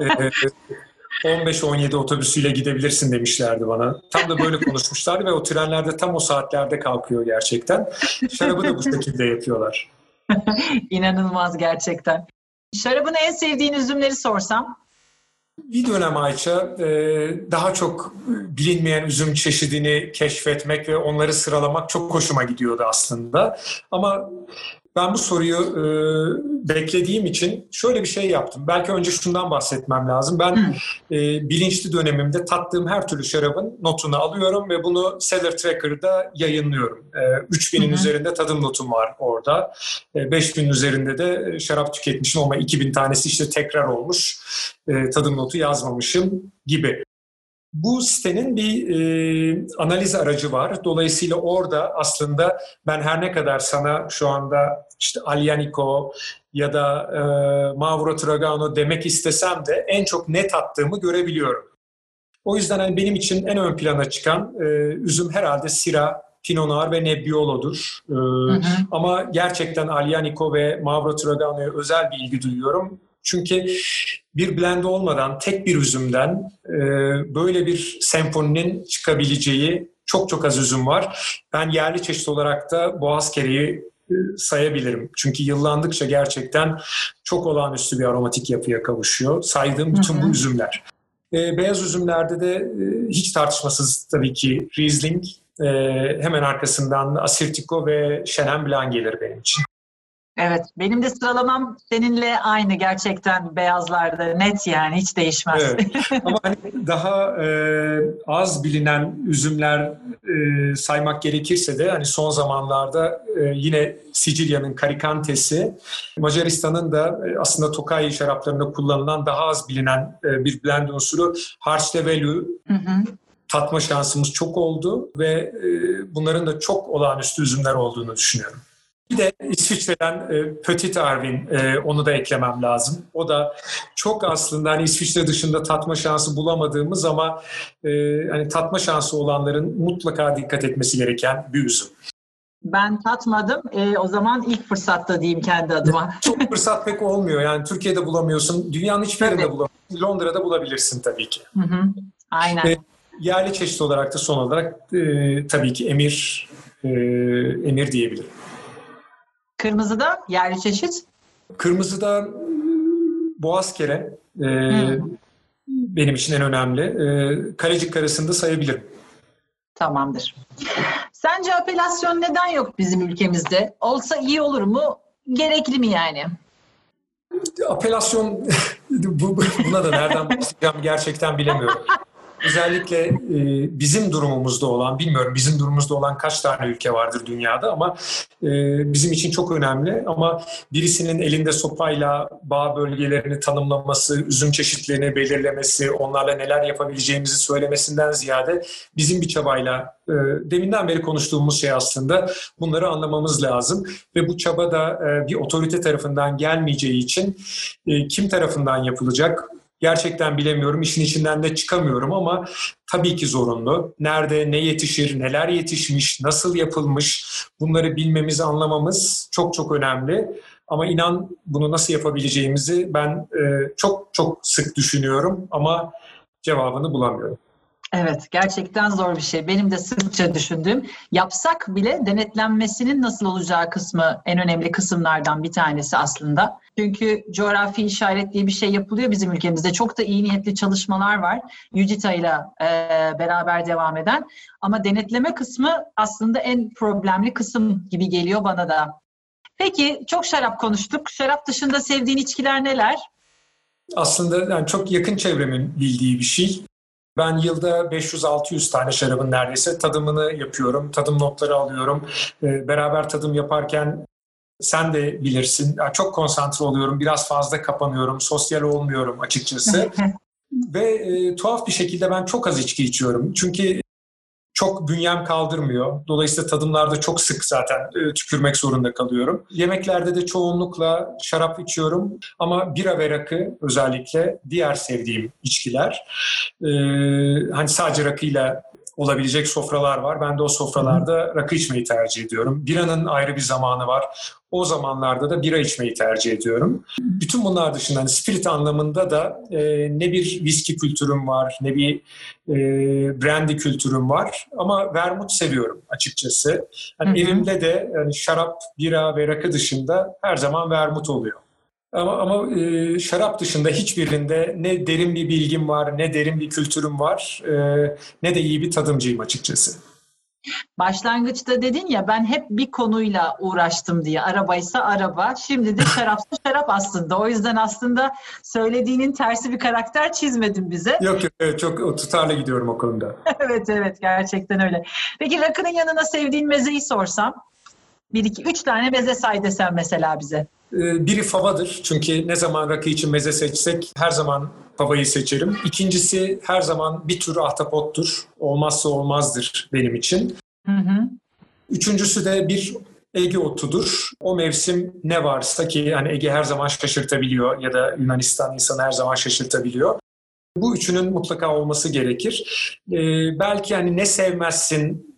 15-17 otobüsüyle gidebilirsin demişlerdi bana. Tam da böyle konuşmuşlardı ve o trenlerde tam o saatlerde kalkıyor gerçekten. Şarabı da bu şekilde yapıyorlar. İnanılmaz gerçekten. Şarabını en sevdiğin üzümleri sorsam? Bir dönem Ayça daha çok bilinmeyen üzüm çeşidini keşfetmek ve onları sıralamak çok hoşuma gidiyordu aslında. Ama ben bu soruyu beklediğim için şöyle bir şey yaptım. Belki önce şundan bahsetmem lazım. Ben bilinçli dönemimde tattığım her türlü şarabın notunu alıyorum ve bunu Cellar Tracker'da yayınlıyorum. 3000'in üzerinde tadım notum var orada. 5000'in üzerinde de şarap tüketmişim ama 2000 tanesi işte tekrar olmuş. Tadım notu yazmamışım gibi. Bu sitenin bir analiz aracı var. Dolayısıyla orada aslında ben her ne kadar sana şu anda işte Aglianico ya da Mauro Tragano demek istesem de en çok ne tattığımı görebiliyorum. O yüzden hani benim için en ön plana çıkan üzüm herhalde Syrah, Pinot Noir ve Nebbiolo'dur. Ama gerçekten Aglianico ve Mauro Tragano'ya özel bir ilgi duyuyorum. Çünkü bir blend olmadan tek bir üzümden böyle bir senfoninin çıkabileceği çok az üzüm var. Ben yerli çeşit olarak da Boğazkere'yi sayabilirim. Çünkü yıllandıkça gerçekten çok olağanüstü bir aromatik yapıya kavuşuyor. Saydığım bütün bu üzümler. Beyaz üzümlerde de hiç tartışmasız tabii ki Riesling, hemen arkasından Assyrtiko ve Chenin Blanc gelir benim için. Evet, benim de sıralamam seninle aynı gerçekten beyazlarda net yani hiç değişmez. Evet. Ama hani daha az bilinen üzümler saymak gerekirse de hani son zamanlarda yine Sicilya'nın Karikantesi, Macaristan'ın da aslında Tokaji şaraplarında kullanılan daha az bilinen bir blend unsuru Harçlevelu. Tatma şansımız çok oldu ve bunların da çok olağanüstü üzümler olduğunu düşünüyorum. Bir de İsviçre'den Petit Arvin, onu da eklemem lazım. O da çok aslında hani İsviçre dışında tatma şansı bulamadığımız ama hani tatma şansı olanların mutlaka dikkat etmesi gereken bir üzüm. Ben tatmadım. O zaman ilk fırsatta diyeyim kendi adıma. Çok fırsat pek olmuyor. Yani Türkiye'de bulamıyorsun. Dünyanın hiçbir yerinde bulamıyorsun. Londra'da bulabilirsin tabii ki. Aynen. Yerli çeşit olarak da son olarak tabii ki emir diyebilirim. Kırmızıda yerli çeşit? Kırmızıda boğazkere benim için en önemli. Kalecik karasını da sayabilirim. Tamamdır. Sence apelasyon neden yok bizim ülkemizde? Olsa iyi olur mu? Gerekli mi yani? Apelasyon buna da nereden başlayacağım gerçekten bilemiyorum. Özellikle bizim durumumuzda olan, bilmiyorum bizim durumumuzda olan kaç tane ülke vardır dünyada ama bizim için çok önemli. Ama birisinin elinde sopayla bağ bölgelerini tanımlaması, üzüm çeşitlerini belirlemesi, onlarla neler yapabileceğimizi söylemesinden ziyade bizim bir çabayla, deminden beri konuştuğumuz şey aslında bunları anlamamız lazım. Ve bu çaba da bir otorite tarafından gelmeyeceği için kim tarafından yapılacak? Gerçekten bilemiyorum, işin içinden de çıkamıyorum ama tabii ki zorunlu. Nerede ne yetişir, neler yetişmiş, nasıl yapılmış bunları bilmemiz, anlamamız çok çok önemli. Ama inan bunu nasıl yapabileceğimizi ben çok çok sık düşünüyorum ama cevabını bulamıyorum. Evet, gerçekten zor bir şey. Benim de sıkça düşündüğüm, yapsak bile denetlenmesinin nasıl olacağı kısmı en önemli kısımlardan bir tanesi aslında. Çünkü coğrafi işaret diye bir şey yapılıyor bizim ülkemizde. Çok da iyi niyetli çalışmalar var. UCITA ile beraber devam eden. Ama denetleme kısmı aslında en problemli kısım gibi geliyor bana da. Peki, çok şarap konuştuk. Şarap dışında sevdiğin içkiler neler? Aslında yani çok yakın çevremin bildiği bir şey. Ben yılda 500-600 tane şarabın neredeyse tadımını yapıyorum. Tadım notları alıyorum. Beraber tadım yaparken sen de bilirsin. Çok konsantre oluyorum. Biraz fazla kapanıyorum. Sosyal olmuyorum açıkçası. Ve tuhaf bir şekilde ben çok az içki içiyorum. Çünkü çok bünyem kaldırmıyor. Dolayısıyla tadımlarda çok sık zaten tükürmek zorunda kalıyorum. Yemeklerde de çoğunlukla şarap içiyorum. Ama bira ve rakı özellikle diğer sevdiğim içkiler. Hani sadece rakıyla olabilecek sofralar var. Ben de o sofralarda rakı içmeyi tercih ediyorum. Biranın ayrı bir zamanı var. O zamanlarda da bira içmeyi tercih ediyorum. Bütün bunlar dışında hani spirit anlamında da ne bir viski kültürüm var, ne bir brandy kültürüm var. Ama vermut seviyorum açıkçası. Yani evimde de yani şarap, bira ve rakı dışında her zaman vermut oluyor. Ama şarap dışında hiçbirinde ne derin bir bilgim var, ne derin bir kültürüm var, ne de iyi bir tadımcıyım açıkçası. Başlangıçta dedin ya, ben hep bir konuyla uğraştım diye. Arabaysa araba, şimdi de şarapsa şarap aslında. O yüzden aslında söylediğinin tersi bir karakter çizmedin bize. Yok evet, çok tutarlı gidiyorum o konuda. Evet, gerçekten öyle. Peki rakının yanına sevdiğin mezeyi sorsam? 1, 2, 3 tane meze say desem mesela bize. Biri favadır. Çünkü ne zaman rakı için meze seçsek her zaman favayı seçerim. İkincisi her zaman bir tür ahtapottur. Olmazsa olmazdır benim için. Üçüncüsü de bir Ege otudur. O mevsim ne varsa ki yani Ege her zaman şaşırtabiliyor ya da Yunanistan insanı her zaman şaşırtabiliyor. Bu üçünün mutlaka olması gerekir. Belki hani ne sevmezsin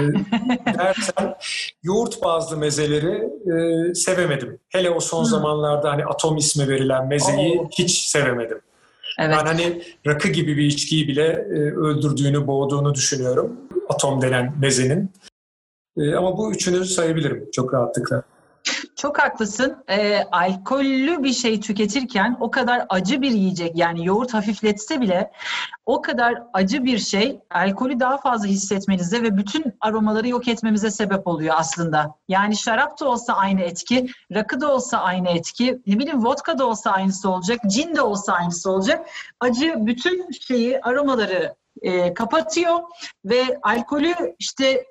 dersen yoğurt bazlı mezeleri sevemedim. Hele o son zamanlarda hani Atom ismi verilen mezeyi hiç sevemedim. Evet. Ben hani rakı gibi bir içkiyi bile öldürdüğünü, boğduğunu düşünüyorum. Atom denen mezenin. Ama bu üçünü sayabilirim çok rahatlıkla. Çok haklısın. Alkollü bir şey tüketirken o kadar acı bir yiyecek, yani yoğurt hafifletse bile o kadar acı bir şey alkolü daha fazla hissetmenize ve bütün aromaları yok etmemize sebep oluyor aslında. Yani şarap da olsa aynı etki, rakı da olsa aynı etki, ne bileyim vodka da olsa aynısı olacak, cin de olsa aynısı olacak. Acı bütün şeyi, aromaları kapatıyor ve alkolü işte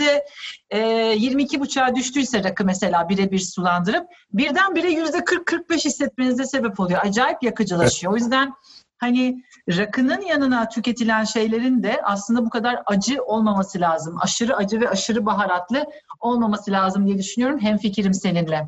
%22,5'a düştüyse rakı mesela birebir sulandırıp birdenbire %40-45 hissetmenize sebep oluyor. Acayip yakıcılaşıyor. O yüzden hani rakının yanına tüketilen şeylerin de aslında bu kadar acı olmaması lazım. Aşırı acı ve aşırı baharatlı olmaması lazım diye düşünüyorum. Hemfikirim seninle.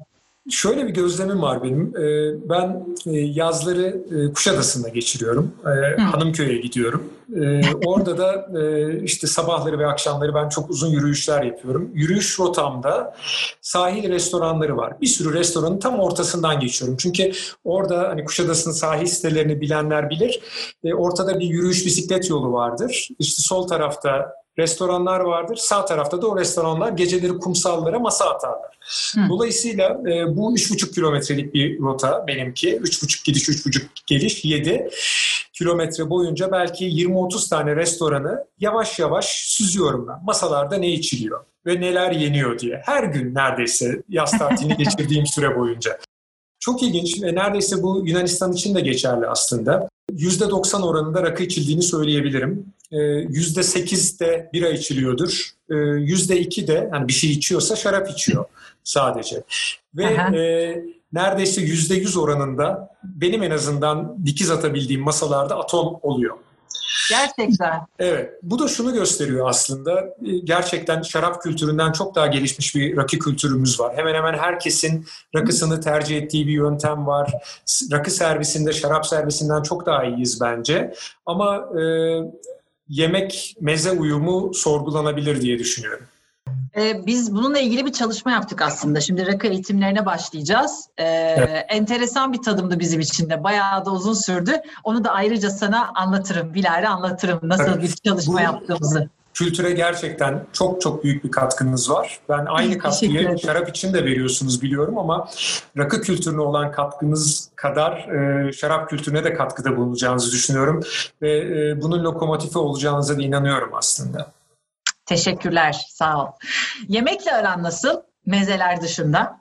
Şöyle bir gözlemim var benim. Ben yazları Kuşadası'nda geçiriyorum. Hanımköy'e gidiyorum. Orada da işte sabahları ve akşamları ben çok uzun yürüyüşler yapıyorum. Yürüyüş rotamda sahil restoranları var. Bir sürü restoranın tam ortasından geçiyorum. Çünkü orada hani Kuşadası'nın sahil sitelerini bilenler bilir. Ortada bir yürüyüş bisiklet yolu vardır. İşte sol tarafta restoranlar vardır. Sağ tarafta da o restoranlar geceleri kumsallara masa atarlar. Dolayısıyla bu 3,5 kilometrelik bir rota benimki. 3,5 gidiş, 3,5 geliş, 7 kilometre boyunca belki 20-30 tane restoranı yavaş yavaş süzüyorum ben. Masalarda ne içiliyor ve neler yeniyor diye. Her gün neredeyse yaz tatilini geçirdiğim süre boyunca. Çok ilginç ve neredeyse bu Yunanistan için de geçerli aslında. %90 oranında rakı içildiğini söyleyebilirim. %8 de bira içiliyordur. %2 de yani bir şey içiyorsa şarap içiyor sadece. Ve neredeyse %100 oranında benim en azından dikiz atabildiğim masalarda atom oluyor. Gerçekten. Evet. Bu da şunu gösteriyor aslında. Gerçekten şarap kültüründen çok daha gelişmiş bir rakı kültürümüz var. Hemen hemen herkesin rakısını tercih ettiği bir yöntem var. Rakı servisinde şarap servisinden çok daha iyiyiz bence. Ama yemek meze uyumu sorgulanabilir diye düşünüyorum. Biz bununla ilgili bir çalışma yaptık aslında. Şimdi rakı eğitimlerine başlayacağız. Evet. Enteresan bir tadımdı bizim için de. Bayağı da uzun sürdü. Onu da ayrıca sana anlatırım. Bilahare anlatırım nasıl bir çalışma yaptığımızı. Kültüre gerçekten çok çok büyük bir katkınız var. Ben aynı katkıyı şarap için de veriyorsunuz biliyorum ama rakı kültürüne olan katkınız kadar şarap kültürüne de katkıda bulunacağınızı düşünüyorum. Ve bunun lokomotifi olacağınıza da inanıyorum aslında. Teşekkürler, sağ ol. Yemekle aran nasıl? Mezeler dışında.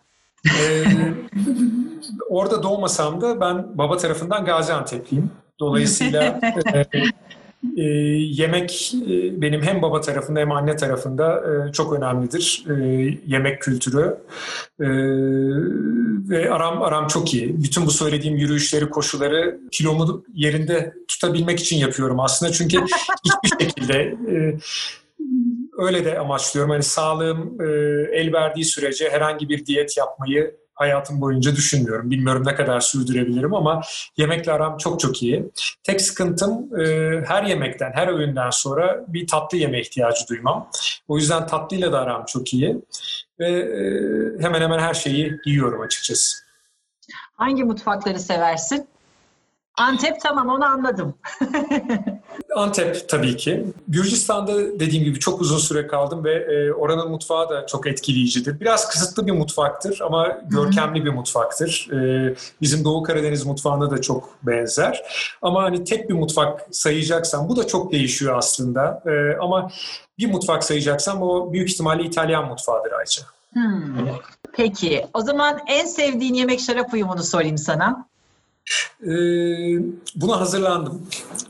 Orada doğmasam da ben baba tarafından Gaziantep'liyim. Dolayısıyla yemek benim hem baba tarafında hem anne tarafında çok önemlidir. Yemek kültürü. Ve aram çok iyi. Bütün bu söylediğim yürüyüşleri, koşuları kilomu yerinde tutabilmek için yapıyorum aslında. Çünkü hiçbir şekilde... Öyle de amaçlıyorum. Hani sağlığım el verdiği sürece herhangi bir diyet yapmayı hayatım boyunca düşünmüyorum. Bilmiyorum ne kadar sürdürebilirim ama yemekle aram çok çok iyi. Tek sıkıntım her yemekten, her öğünden sonra bir tatlı yeme ihtiyacı duymam. O yüzden tatlıyla da aram çok iyi. Ve hemen hemen her şeyi yiyorum açıkçası. Hangi mutfakları seversin? Antep tamam, onu anladım. Antep tabii ki. Gürcistan'da dediğim gibi çok uzun süre kaldım ve oranın mutfağı da çok etkileyicidir. Biraz kısıtlı bir mutfaktır ama görkemli bir mutfaktır. Bizim Doğu Karadeniz mutfağına da çok benzer. Ama hani tek bir mutfak sayacaksam, bu da çok değişiyor aslında. Ama bir mutfak sayacaksam o büyük ihtimalle İtalyan mutfağıdır Ayça. Peki, o zaman en sevdiğin yemek şarap uyumunu sorayım sana. Buna hazırlandım.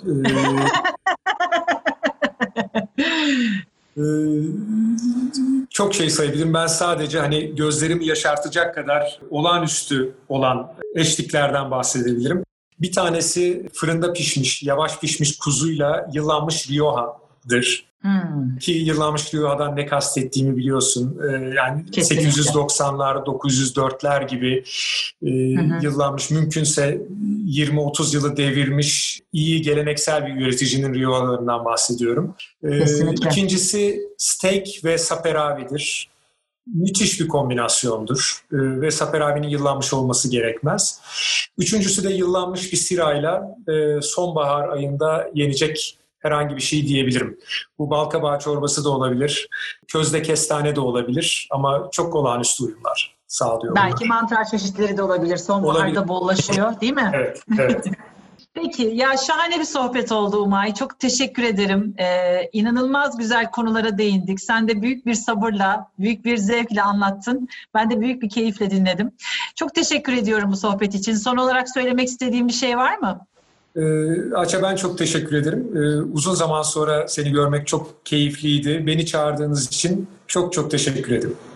Çok şey sayabilirim. Ben sadece hani gözlerimi yaşartacak kadar olağanüstü olan eşliklerden bahsedebilirim. Bir tanesi fırında pişmiş, yavaş pişmiş kuzuyla yıllanmış Rioha'dır. Ki yıllanmış Rioha'dan ne kastettiğimi biliyorsun. Yani kesinlikle. 890'lar, 904'ler gibi yıllanmış, mümkünse 20-30 yılı devirmiş iyi geleneksel bir üreticinin Rioha'larından bahsediyorum. İkincisi steak ve saperavi'dir. Müthiş bir kombinasyondur ve saperavi'nin yıllanmış olması gerekmez. Üçüncüsü de yıllanmış bir sirayla sonbahar ayında yenecek herhangi bir şey diyebilirim. Bu balkabağı çorbası da olabilir, közde kestane de olabilir ama çok olağanüstü uyumlar sağlıyor. Belki mantar çeşitleri de olabilir. Sonbaharda bollaşıyor, değil mi? Evet, evet. Peki, ya şahane bir sohbet oldu Umay. Çok teşekkür ederim. İnanılmaz güzel konulara değindik. Sen de büyük bir sabırla, büyük bir zevkle anlattın. Ben de büyük bir keyifle dinledim. Çok teşekkür ediyorum bu sohbet için. Son olarak söylemek istediğin bir şey var mı? Ayça, ben çok teşekkür ederim. Uzun zaman sonra seni görmek çok keyifliydi. Beni çağırdığınız için çok çok teşekkür ederim.